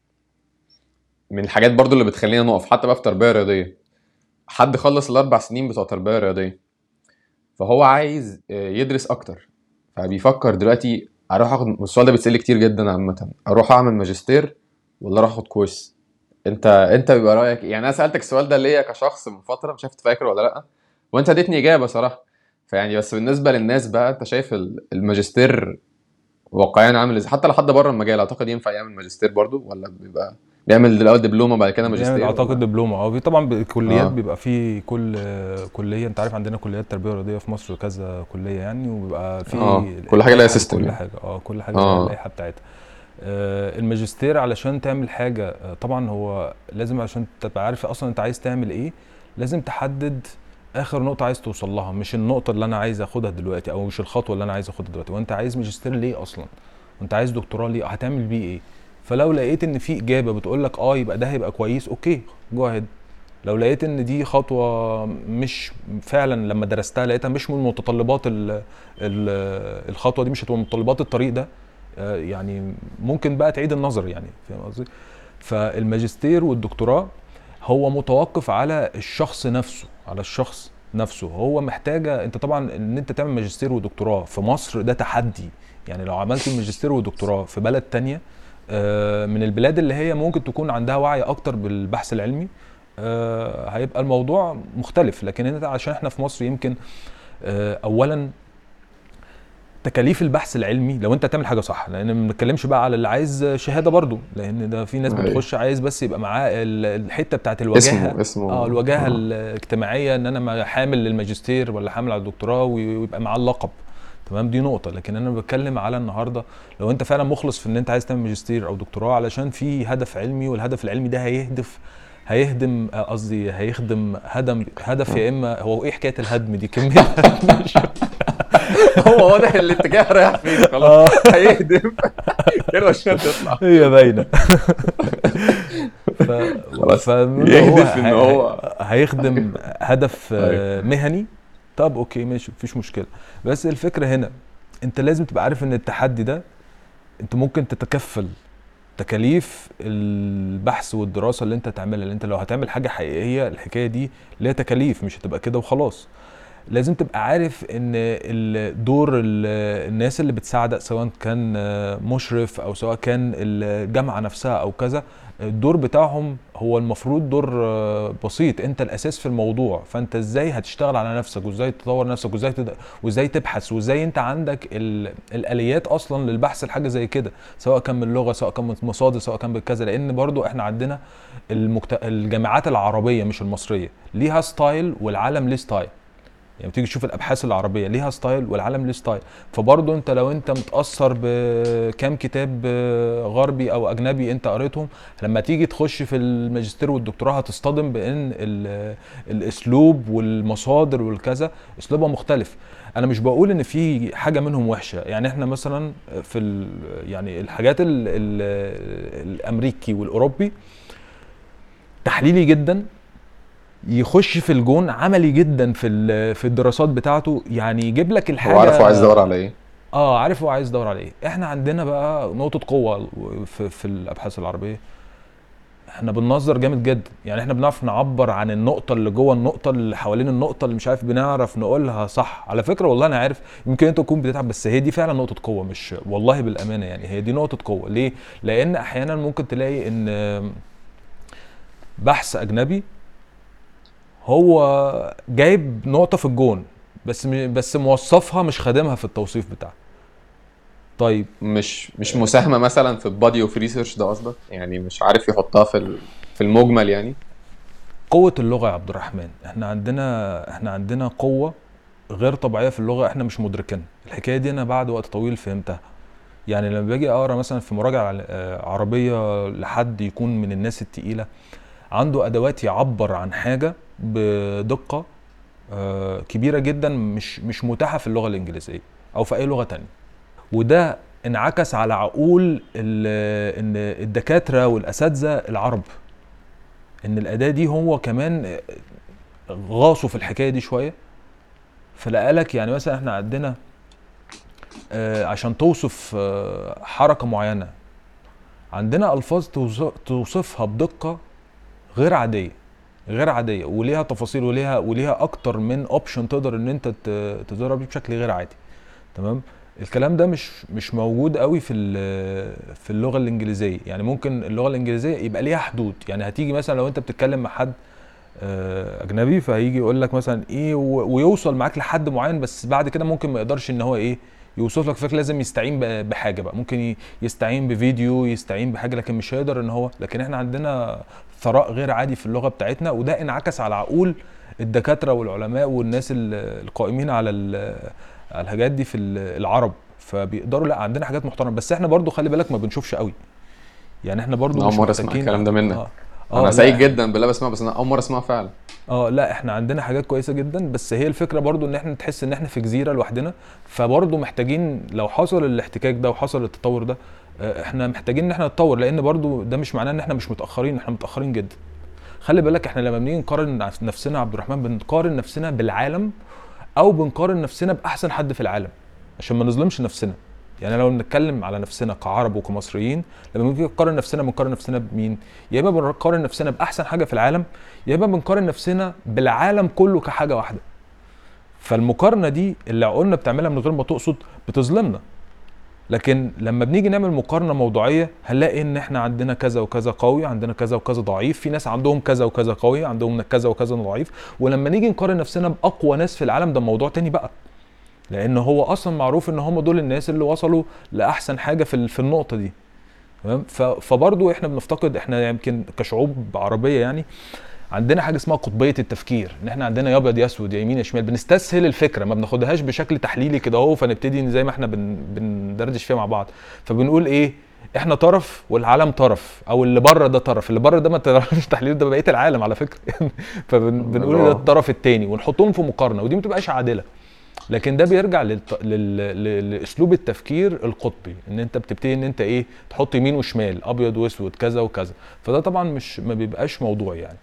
من الحاجات برضو اللي بتخلينا نقف حتى بقى في تربيه رياضيه، حد خلص ال4 سنين بتوع تربيه رياضيه فهو عايز يدرس اكتر، فبيفكر دلوقتي اروح اخد، السؤال ده بيتسال كتير جدا عامه، اروح اعمل ماجستير ولا اروح اخد كورس؟ انت بيبقى رايك إيه؟ يعني انا سالتك السؤال ده ليا كشخص من فتره مش عارف فاكر ولا لا، وانت اديتني اجابه صراحه. فيعني بس بالنسبه للناس بقى انت شايف الماجستير واقعيا عامل ازاي؟ حتى لو حد بره المجال اعتقد ينفع يعمل ماجستير برضو، ولا بيبقى بيعمل الاول دبلومه بعد كده بيعمل ماجستير اعتقد ولا؟ دبلومه، في طبعا كليات اه. بيبقى في كل كليه. انت عارف عندنا كليات تربيه رياضيه في مصر كذا كليه يعني، وبيبقى في اه كل حاجه لها اللائحه سيستم لكل يعني. حاجه. كل حاجه ليها اه. اللائحه بتاعتها. الماجستير علشان تعمل حاجه، طبعا هو لازم عشان تبقى عارف اصلا انت عايز تعمل ايه، لازم تحدد اخر نقطه عايز توصل لها، مش النقطه اللي انا عايز اخدها دلوقتي، او مش الخطوه اللي انا عايز اخدها دلوقتي. وانت عايز ماجستير ليه اصلا؟ وانت عايز دكتوراه ليه؟ هتعمل بيه ايه؟ فلو لقيت ان في اجابه بتقول لك يبقى ده هيبقى كويس، اوكي جو اهيد. لو لقيت ان دي خطوه مش فعلا لما درستها لقيتها مش من متطلبات ال الخطوه دي، مش هتبقى من متطلبات الطريق ده، يعني ممكن بقى تعيد النظر يعني. فاهم قصدي؟ فالماجستير والدكتوراه هو متوقف على الشخص نفسه، على الشخص نفسه. هو محتاجه انت طبعا ان انت تعمل ماجستير ودكتوراه في مصر ده تحدي. يعني لو عملت الماجستير والدكتوراه في بلد تانية، من البلاد اللي هي ممكن تكون عندها وعي اكتر بالبحث العلمي، هيبقى الموضوع مختلف. لكن انت عشان احنا في مصر يمكن اولا تكاليف البحث العلمي لو انت تعمل حاجه صح، لان ما بنتكلمش بقى على اللي عايز شهاده برضو، لان ده في ناس ايوه، بتخش عايز بس يبقى معاه الحته بتاعت الوجاهه. اسمه الوجاهه الاجتماعيه، ان انا حامل للماجستير ولا حامل على الدكتوراه ويبقى معاه اللقب. تمام، دي نقطه. لكن انا بتكلم على النهارده لو انت فعلا مخلص في ان انت عايز تعمل ماجستير او دكتوراه علشان في هدف علمي، والهدف العلمي ده هيهدم قصدي هيخدم هدف يا اما هو ايه حكايه الهدم دي كميه هو واضح الاتجاه رايح فين خلاص. هيهدم كده مش هتطلع. هي باينه. ف... خلاص فنقول هو يهدف ان هو هيخدم هدف ايوه مهني. طب اوكي ماشي مفيش مشكله. بس الفكره هنا انت لازم تبقى عارف ان التحدي ده انت ممكن تتكفل تكاليف البحث والدراسه اللي انت تعملها. اللي انت لو هتعمل حاجه حقيقيه الحكايه دي ليها تكاليف، مش هتبقى كده وخلاص. لازم تبقى عارف ان دور الناس اللي بتساعدك سواء كان مشرف او سواء كان الجامعه نفسها او كذا، الدور بتاعهم هو المفروض دور بسيط. انت الاساس في الموضوع، فانت ازاي هتشتغل على نفسك وازاي تطور نفسك وازاي تبحث وازاي انت عندك الاليات اصلا للبحث الحاجه زي كده، سواء كان من لغه سواء كان من مصادر سواء كان بكذا. لان برضو احنا عندنا الجامعات العربيه مش المصريه ليها ستايل والعالم ليه ستايل. يعني بتيجي تشوف الابحاث العربيه ليها ستايل والعالم ليه ستايل. فبرضه انت لو انت متاثر بكام كتاب غربي او اجنبي انت قريتهم، لما تيجي تخش في الماجستير والدكتوراه هتصطدم بان الاسلوب والمصادر والكذا اسلوبها مختلف. انا مش بقول ان في حاجه منهم وحشه، يعني احنا مثلا في يعني الحاجات الامريكي والاوروبي تحليلي جدا، يخش في الجون عملي جدا في الدراسات بتاعته، يعني يجيب لك هو عارف هو عايز الحاجه. يدور على ايه. عارف هو عايز يدور على ايه. احنا عندنا بقى نقطه قوه في الابحاث العربيه، احنا بننظر جامد جدا. يعني احنا بنعرف نعبر عن النقطه اللي جوه النقطه اللي حوالين النقطه اللي مش عارف، بنعرف نقولها صح. على فكره والله انا عارف يمكن انت تكون بتتعب، بس هي دي فعلا نقطه قوه، مش والله بالامانه يعني هي دي نقطه قوه. ليه؟ لان احيانا ممكن تلاقي ان بحث اجنبي هو جايب نقطة في الجون بس موصفها مش خادمها في التوصيف بتاعها. طيب مش مساهمه مثلا في البادي اوف ريسيرش ده قصدك، يعني مش عارف يحطها في المجمل يعني. قوة اللغة يا عبد الرحمن، احنا عندنا قوة غير طبيعية في اللغة احنا مش مدركينها. الحكاية دي انا بعد وقت طويل فهمتها. يعني لما باجي اقرا مثلا في مراجعة عربية لحد يكون من الناس التقيلة، عنده ادوات يعبر عن حاجة بدقة كبيرة جدا مش متاحة في اللغة الإنجليزية أو في أي لغة تانية. وده انعكس على عقول إن الدكاترة والأساتذة العرب، إن الأداة دي هو كمان غاصوا في الحكاية دي شوية. فلقالك يعني مثلا احنا عندنا عشان توصف حركة معينة عندنا ألفاظ توصفها بدقة غير عادية وليها تفاصيل وليها اكتر من اوبشن تقدر ان انت تضرب بيه بشكل غير عادي. تمام، الكلام ده مش موجود قوي في اللغه الانجليزيه. يعني ممكن اللغه الانجليزيه يبقى ليها حدود، يعني هتيجي مثلا لو انت بتتكلم مع حد اجنبي فهيجي يقول لك مثلا ايه ويوصل معاك لحد معين، بس بعد كده ممكن ما يقدرش ان هو ايه يوصف لك فكره، لازم يستعين بحاجه بقى، ممكن يستعين بفيديو يستعين بحاجه، لكن مش هيقدر ان هو. لكن احنا عندنا ثراء غير عادي في اللغه بتاعتنا، وده انعكس على عقول الدكاتره والعلماء والناس القائمين على الحاجات دي في العرب. فبيقدروا لا عندنا حاجات محترمه، بس احنا برضو خلي بالك ما بنشوفش قوي. يعني احنا برضو انا اول مش مره اسمع محتاجين الكلام ده منك. انا سعيد لا جدا بالله بسمعه، بس انا اول مره اسمعه فعلا. لا احنا عندنا حاجات كويسه جدا، بس هي الفكره برضو ان احنا تحس ان احنا في جزيره لوحدنا. فبرضو محتاجين لو حصل الاحتكاك ده وحصل التطور ده احنا محتاجين ان احنا نتطور، لان برضو ده مش معناه ان احنا مش متاخرين، احنا متاخرين جدا. خلي بالك احنا لما بنيجي نقارن نفسنا عبد الرحمن بنقارن نفسنا بالعالم او بنقارن نفسنا باحسن حد في العالم عشان ما نظلمش نفسنا. يعني لو نتكلم على نفسنا كعرب وكمصريين، لما بنيجي نقارن نفسنا بنقارن نفسنا بمين؟ يا اما بنقارن نفسنا باحسن حاجه في العالم، يا اما بنقارن نفسنا بالعالم كله كحاجه واحده. فالمقارنه دي اللي عقولنا بتعملها من غير ما تقصد بتظلمنا. لكن لما بنيجي نعمل مقارنه موضوعيه هنلاقي ان احنا عندنا كذا وكذا قوي، عندنا كذا وكذا ضعيف، في ناس عندهم كذا وكذا قوي، عندهم كذا وكذا ضعيف. ولما نيجي نقارن نفسنا باقوى ناس في العالم ده موضوع تاني بقى. لان هو اصلا معروف ان هم دول الناس اللي وصلوا لاحسن حاجه في النقطه دي. تمام. فبرضه احنا بنفتقد، احنا يمكن كشعوب عربيه يعني عندنا حاجه اسمها قطبيه التفكير، ان احنا عندنا يا ابيض يا اسود، يا يمين يا شمال، بنستسهل الفكره، ما بناخدهاش بشكل تحليلي كده اهو، فنبتدي زي ما احنا بندردش فيها مع بعض، فبنقول ايه، احنا طرف والعالم طرف، او اللي بره ده طرف، اللي بره ده ما تقدرش تحليل، ده بقيه العالم على فكره. اللي فبنقول ده هو الطرف الثاني ونحطهم في مقارنه، ودي ما بتبقاش عادله. لكن ده بيرجع لاسلوب التفكير القطبي، ان انت بتبتدي ان انت ايه، تحط يمين وشمال، ابيض واسود، كذا وكذا، فده طبعا مش ما بيبقاش موضوع يعني.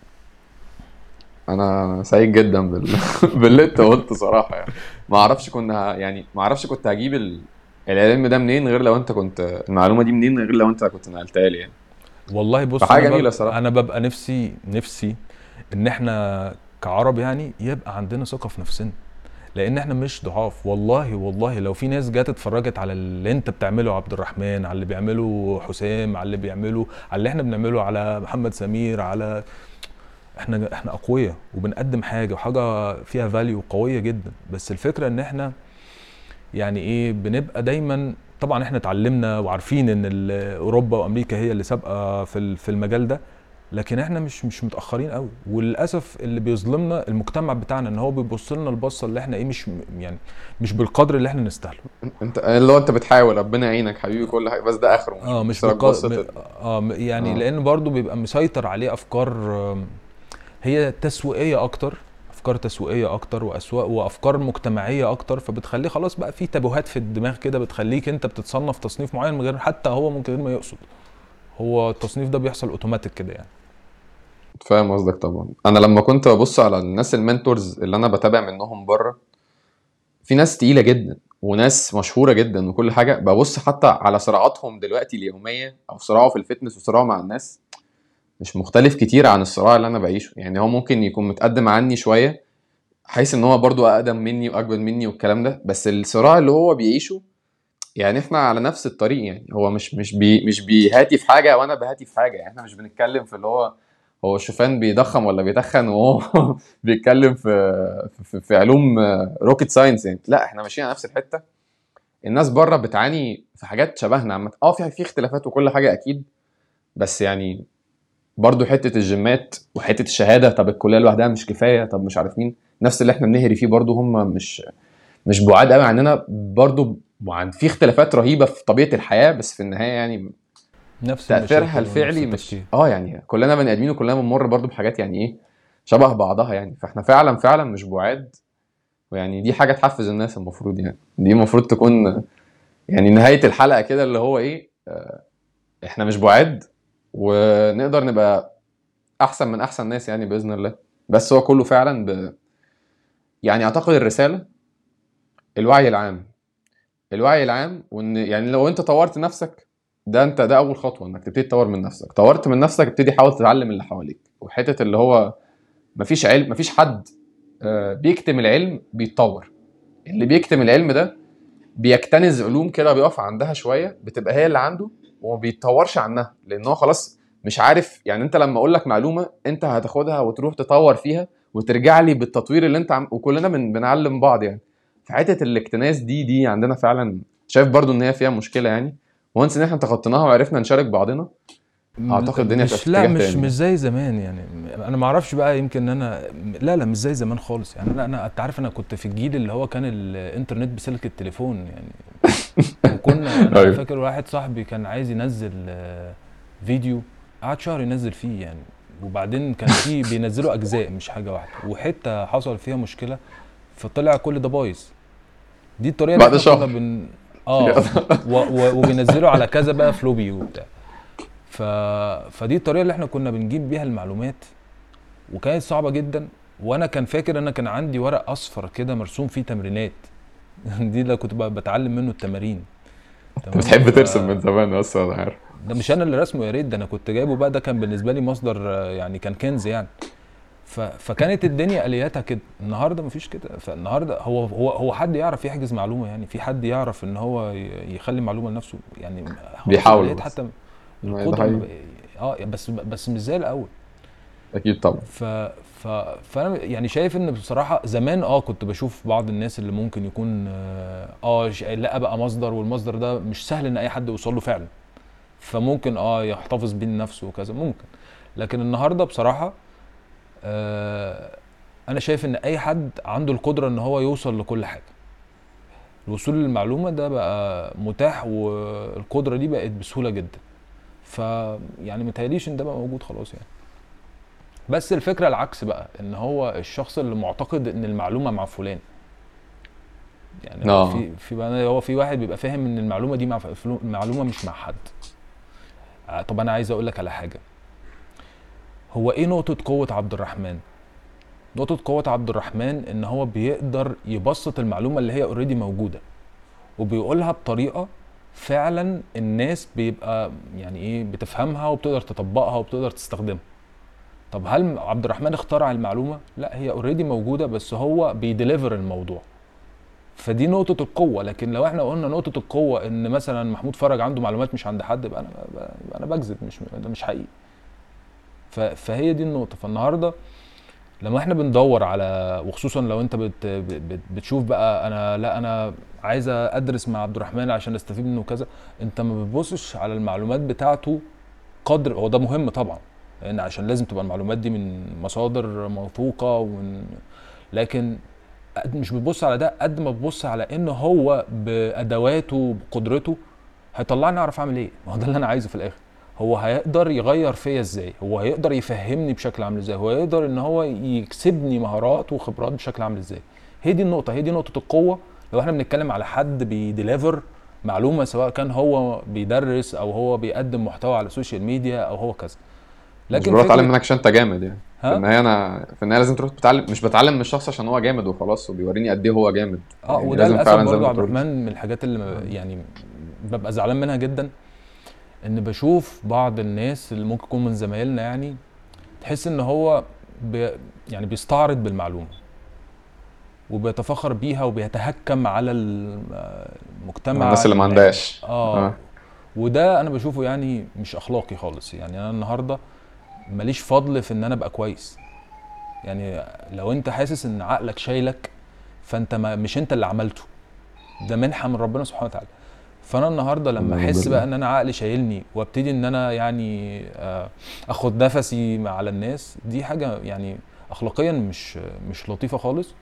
انا سعيد جدا باللي انت قلته صراحه يعني. ما اعرفش كنا يعني ما اعرفش كنت هجيب العلم ده منين غير لو انت كنت المعلومه دي منين غير لو انت كنت نقلتها لي يعني. والله بص، فحاجه جميله صراحه. انا ببقى نفسي ان احنا كعرب يعني يبقى عندنا ثقه في نفسنا، لان احنا مش ضعاف. والله لو في ناس جات اتفرجت على اللي انت بتعمله عبد الرحمن، على اللي بيعمله حسام، على اللي بيعمله، على اللي احنا بنعمله، على محمد سمير، على احنا اقوياء وبنقدم حاجه، وحاجه فيها فاليو قويه جدا. بس الفكره ان احنا يعني ايه، بنبقى دايما طبعا احنا اتعلمنا وعارفين ان اوروبا وامريكا هي اللي سابقه في المجال ده، لكن احنا مش متاخرين قوي. وللاسف اللي بيظلمنا المجتمع بتاعنا، ان هو بيبص لنا البصه اللي احنا ايه، مش يعني مش بالقدر اللي احنا نستاهله. انت اللي هو انت بتحاول، ربنا يعينك حبيبي كل حاجه، بس ده اخره مش اه مش بيبص لك بالقدر بصه يعني اه. لان برضو بيبقى مسيطر عليه افكار، هي تسويقيه اكتر، افكار تسويقيه اكتر، واسواق وافكار مجتمعيه اكتر، فبتخليه خلاص بقى في تابوهات في الدماغ كده، بتخليك انت بتصنف تصنيف معين من غير حتى هو ممكن غير ما يقصد. هو التصنيف ده بيحصل اوتوماتيك كده يعني. فاهم قصدك طبعا. انا لما كنت ببص على الناس المنتورز اللي انا بتابع منهم بره، في ناس تقيله جدا وناس مشهوره جدا وكل حاجه، ببص حتى على صراعاتهم دلوقتي اليوميه او صراعه في الفتنس وصراعه مع الناس، مش مختلف كتير عن الصراع اللي انا بعيشه. يعني هو ممكن يكون متقدم عني شويه، حيث ان هو برضو اقدم مني واكبر مني والكلام ده، بس الصراع اللي هو بيعيشه يعني احنا على نفس الطريق. يعني هو مش بيهاتي في حاجه وانا بهاتي في حاجه. يعني احنا مش بنتكلم في اللي هو الشوفان بيضخم ولا بيدخن وهو بيتكلم في علوم روكيت ساينس يعني. لا احنا ماشيين على نفس الحته. الناس بره بتعاني في حاجات شبهنا عامه، في اختلافات وكل حاجه اكيد، بس يعني برضو حته الجيمات وحته الشهاده، طب الكليه لوحدها مش كفايه، طب مش عارف مين، نفس اللي احنا بنهري فيه برضو هم مش بعاد قوي عننا برضو. وعن في اختلافات رهيبه في طبيعه الحياه، بس في النهايه يعني نفس تاثيرها المشاكل ونفس الفعلي مش التفكير. يعني كلنا بني ادمين وكلنا بنمر برضو بحاجات يعني ايه شبه بعضها يعني. فاحنا فعلا مش بعاد. ويعني دي حاجه تحفز الناس المفروض. يعني دي المفروض تكون يعني نهايه الحلقه كده، اللي هو ايه، احنا مش بعاد ونقدر نبقى احسن من احسن ناس يعني باذن الله. بس هو كله فعلا يعني اعتقد الرساله الوعي العام. الوعي العام، وان يعني لو انت طورت نفسك، ده اول خطوه، انك تبتدي تطور من نفسك. طورت من نفسك ابتدي حاول تتعلم اللي حواليك. وحته اللي هو مفيش علم، مفيش حد بيكتم العلم بيتطور. اللي بيكتم العلم ده بيكتنز علوم كده، بيقف عندها شويه بتبقى هي اللي عنده، وما بيتطورش عنها لان هو خلاص مش عارف. يعني انت لما اقول لك معلومه انت هتاخدها وتروح تطور فيها وترجع لي بالتطوير اللي انت وكلنا بنعلم بعض يعني. في حته الاكتناز دي عندنا فعلا، شايف برضو ان هي فيها مشكله يعني. وانس ان احنا تخطيناها وعرفنا نشارك بعضنا، اعتقد الدنيا هتبقى في مش لا اتجاه مش تاني مش يعني. زي زمان يعني. انا ما اعرفش بقى، يمكن انا لا مش زي زمان خالص يعني. انا انت عارف انا كنت في الجيل اللي هو كان الانترنت بسلك التليفون يعني. وكنا انا ايوه. فاكر واحد صاحبي كان عايز ينزل فيديو، قعد شهر ينزل فيه يعني. وبعدين كان فيه بينزلوا اجزاء مش حاجه واحده، وحته حصل فيها مشكله فطلع كل ده بايظ. دي الطريقه اللي بعد احنا كنا شهر. وبينزلوا على كذا بقى فلوبي وبتاع. ف... فدي الطريقه اللي احنا كنا بنجيب بيها المعلومات، وكانت صعبه جدا. وانا كان فاكر انا كان عندي ورق اصفر كده مرسوم فيه تمرينات. دي اللي كنت بتعلم منه التمارين. انت تمام. بتحب ترسم من زمان اصلا انا عارف. ده مش انا اللي رسمه، يا ريت، ده انا كنت جايبه بقى، ده كان بالنسبه لي مصدر يعني كان كنز يعني. فكانت الدنيا الياتها كده. النهارده مفيش كده. فالنهارده هو حد يعرف يحجز معلومه يعني؟ في حد يعرف ان هو يخلي معلومه لنفسه يعني؟ خلاص بيحاولوا الاليات بس. حتى ما ده الكتب ما حقيقي. بقى بس مش زي الاول. اكيد طبعا. ف ف فانا يعني شايف ان بصراحه زمان كنت بشوف بعض الناس اللي ممكن يكون لقى بقى مصدر، والمصدر ده مش سهل ان اي حد يوصل له فعلا، فممكن يحتفظ بيه لنفسه وكذا ممكن. لكن النهارده بصراحه آه انا شايف ان اي حد عنده القدره ان هو يوصل لكل حاجه. الوصول للمعلومه ده بقى متاح، والقدره دي بقت بسهوله جدا. ف يعني متهيأليش ان ده بقى موجود خلاص يعني. بس الفكره العكس بقى، ان هو الشخص اللي معتقد ان المعلومه مع فلان. يعني هو اه في واحد بيبقى فاهم ان المعلومه دي المعلومه مش مع حد. طب انا عايز اقول لك على حاجه. هو ايه نقطه قوه عبد الرحمن؟ نقطه قوه عبد الرحمن ان هو بيقدر يبسط المعلومه اللي هي اوريدي موجوده، وبيقولها بطريقه فعلا الناس بيبقى يعني ايه بتفهمها وبتقدر تطبقها وبتقدر تستخدمها. طب هل عبد الرحمن اخترع المعلومه؟ لا، هي اوريدي موجوده، بس هو بيديليفر الموضوع. فدي نقطة القوة. لكن لو احنا قلنا نقطة القوة ان مثلا محمود فرج عنده معلومات مش عند حد، يبقى انا بكذب، ده مش حقيقي. فهي دي النقطة. فالنهاردة لما احنا بندور على، وخصوصا لو انت بتشوف بقى انا عايز ادرس مع عبد الرحمن عشان استفيد منه كذا، انت ما بتبصش على المعلومات بتاعته. هو ده مهم طبعا، لان عشان لازم تبقى المعلومات دي من مصادر موثوقة لكن مش بتبص على ده قد ما بتبص على ان هو بادواته بقدرته هيطلعني اعرف اعمل ايه. ما هو ده اللي انا عايزه في الاخر. هو هيقدر يغير فيا ازاي، هو هيقدر يفهمني بشكل عامل ازاي، هو يقدر ان هو يكسبني مهارات وخبرات بشكل عامل ازاي. هي دي النقطه، هي دي نقطه القوه. لو احنا بنتكلم على حد بيديليفر معلومه، سواء كان هو بيدرس او هو بيقدم محتوى على السوشيال ميديا او هو كذا. مش لكن بروح اتعلم فكره منك عشان انت جامد يعني. في ها النهايه في النهايه لازم تروح تتعلم، مش بتعلم من الشخص عشان هو جامد وخلاص وبيوريني قد ايه هو جامد، يعني وده لازم للاسف فعلا زي ما برضو انت عبد بتقول. الرحمن من الحاجات اللي يعني ببقى زعلان منها جدا، ان بشوف بعض الناس اللي ممكن يكون من زمايلنا، يعني تحس ان هو يعني بيستعرض بالمعلومه وبيتفخر بيها وبيتهكم على المجتمع الناس اللي ما العلمي. عندهاش اه. وده انا بشوفه يعني مش اخلاقي خالص. يعني انا النهارده ماليش فضل في ان انا ابقى كويس. يعني لو انت حاسس ان عقلك شايلك، فانت ما مش انت اللي عملته، ده منحه من ربنا سبحانه وتعالى. فانا النهارده لما ونعم احس بقى بالله. ان انا عقلي شايلني وابتدي ان انا يعني اخد نفسي على الناس، دي حاجه يعني اخلاقيا مش لطيفه خالص.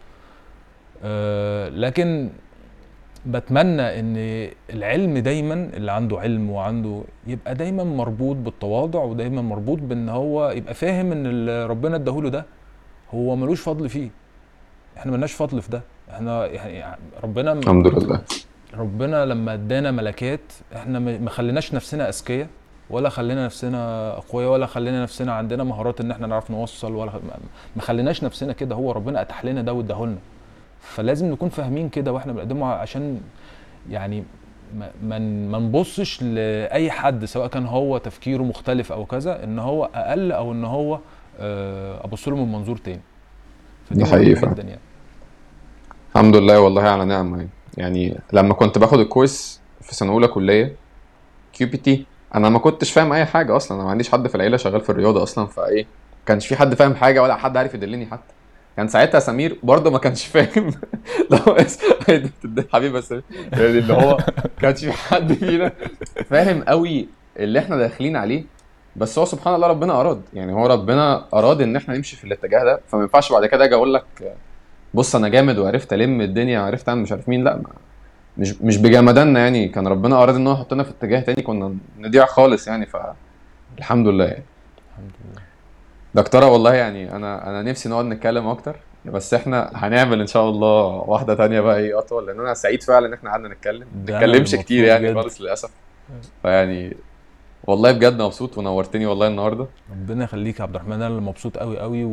لكن بتمنى ان العلم دايما، اللي عنده علم وعنده، يبقى دايما مربوط بالتواضع، ودايما مربوط بان هو يبقى فاهم ان اللي ربنا اداهوله ده هو ملوش فضل فيه. احنا ملناش فضل في ده. احنا يعني الحمد لله. ربنا لما ادانا ملكات، احنا ما خليناش نفسنا اذكياء، ولا خلينا نفسنا اقوياء، ولا خلينا نفسنا عندنا مهارات ان احنا نعرف نوصل، ولا ما خليناش نفسنا كده. هو ربنا اتاح لنا ده واداهولنا. فلازم نكون فاهمين كده واحنا بنقدمه، عشان يعني ما نبصش لاي حد سواء كان هو تفكيره مختلف او كذا ان هو اقل، او ان هو ابص له من منظور تاني. فدي ده حقيقي مهمه فعلا. جدا يعني. الحمد لله والله على نعمة يعني لما كنت باخد الكويس في سنة أولى كلية كيو بي تي، أنا ما كنتش فاهم أي حاجة أصلا. أنا ما عنديش حد في العيلة شغال في الرياضة أصلا، فإيه كانش في حد فاهم حاجة ولا حد عارف يدلني حتى. كان ساعتها سمير برضه ما كانش فاهم. لو حبيبي بس يعني اللي هو كانش في حد فينا فاهم قوي اللي احنا داخلين عليه. بس هو سبحان الله ربنا اراد، يعني هو ربنا اراد ان احنا نمشي في الاتجاه ده. فما ينفعش بعد كده اجي اقول لك بص انا جامد وعرفت الم الدنيا وعرفت اعمل مش عارف مين. لا مش بجمداننا يعني. كان ربنا اراد ان هو يحطنا في اتجاه تاني كنا نضيع خالص يعني. فالحمد لله يعني. الحمد لله. دكتورة والله يعني انا نفسي نقعد نتكلم اكتر، بس احنا هنعمل ان شاء الله واحدة تانية بقى ايه اطول، لان انا سعيد فعلا ان احنا قعدنا نتكلم، ما ده انا اللي بنتكلمش كتير مبسوط يعني جدا. خالص للاسف. فيعني والله بجد مبسوط ونورتني والله النهارده. ربنا يخليك يا عبد الرحمن، انا اللي مبسوط قوي قوي.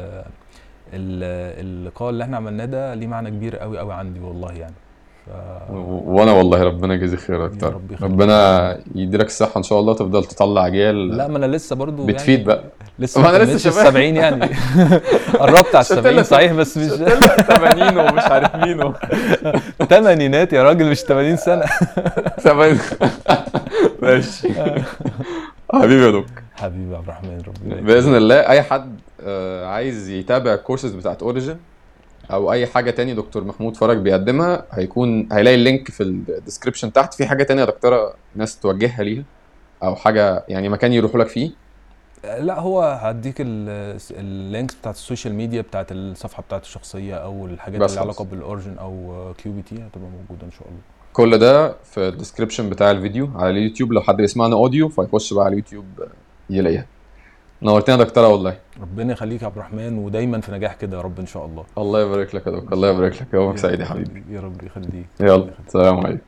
اللقاء اللي احنا عملناه ده ليه معنى كبير قوي قوي عندي والله يعني. ف... وانا والله ربنا يجزيك خير يا اكتر، رب يخليك يا ربنا حبيبي. يديلك الصحة ان شاء الله، تفضل تطلع لا، اجيال ما انا لسه برضو بتفيد يعني بقى. لسه ما ما انا لسه تمتش شباب. ال70 يعني. قربت على ال70 صحيح، بس مش شتلنا 80 ومش عارف مين تمانينات يا راجل، مش 80 سنة. 80. ماشي. حبيبي يا دوك. حبيبي يا عبد الرحمن، ربنا باذن يكرمك. الله اي حد عايز يتابع الكورسز بتاعت اوريجن او اي حاجه تاني دكتور محمود فرج بيقدمها، هيلاقي اللينك في الديسكربشن تحت. في حاجه تانية يا دكتوره ناس توجهها ليها، او حاجه يعني مكان يروحوا لك فيه؟ لا، هو هديك اللينكس بتاعت السوشيال ميديا، بتاعت الصفحه بتاعت الشخصيه، او الحاجات اللي بس لها علاقه خلاص، بالاورجن او كيو بي تي هتبقى موجوده ان شاء الله. كل ده في الديسكربشن بتاع الفيديو على اليوتيوب. لو حد بيسمعنا اوديو فيخش بقى على اليوتيوب يلاقيها. نورتنا يا دكتوره والله. ربنا يخليك يا عبد الرحمن، ودايما في نجاح كده يا رب ان شاء الله. الله يبارك لك يا دكتور، ان الله شاء يبارك الله. لك، يومك يا رب سعيد يا حبيبي. يخليك، يا رب يخليك، ربنا يلا يخليك. سلام عليكم.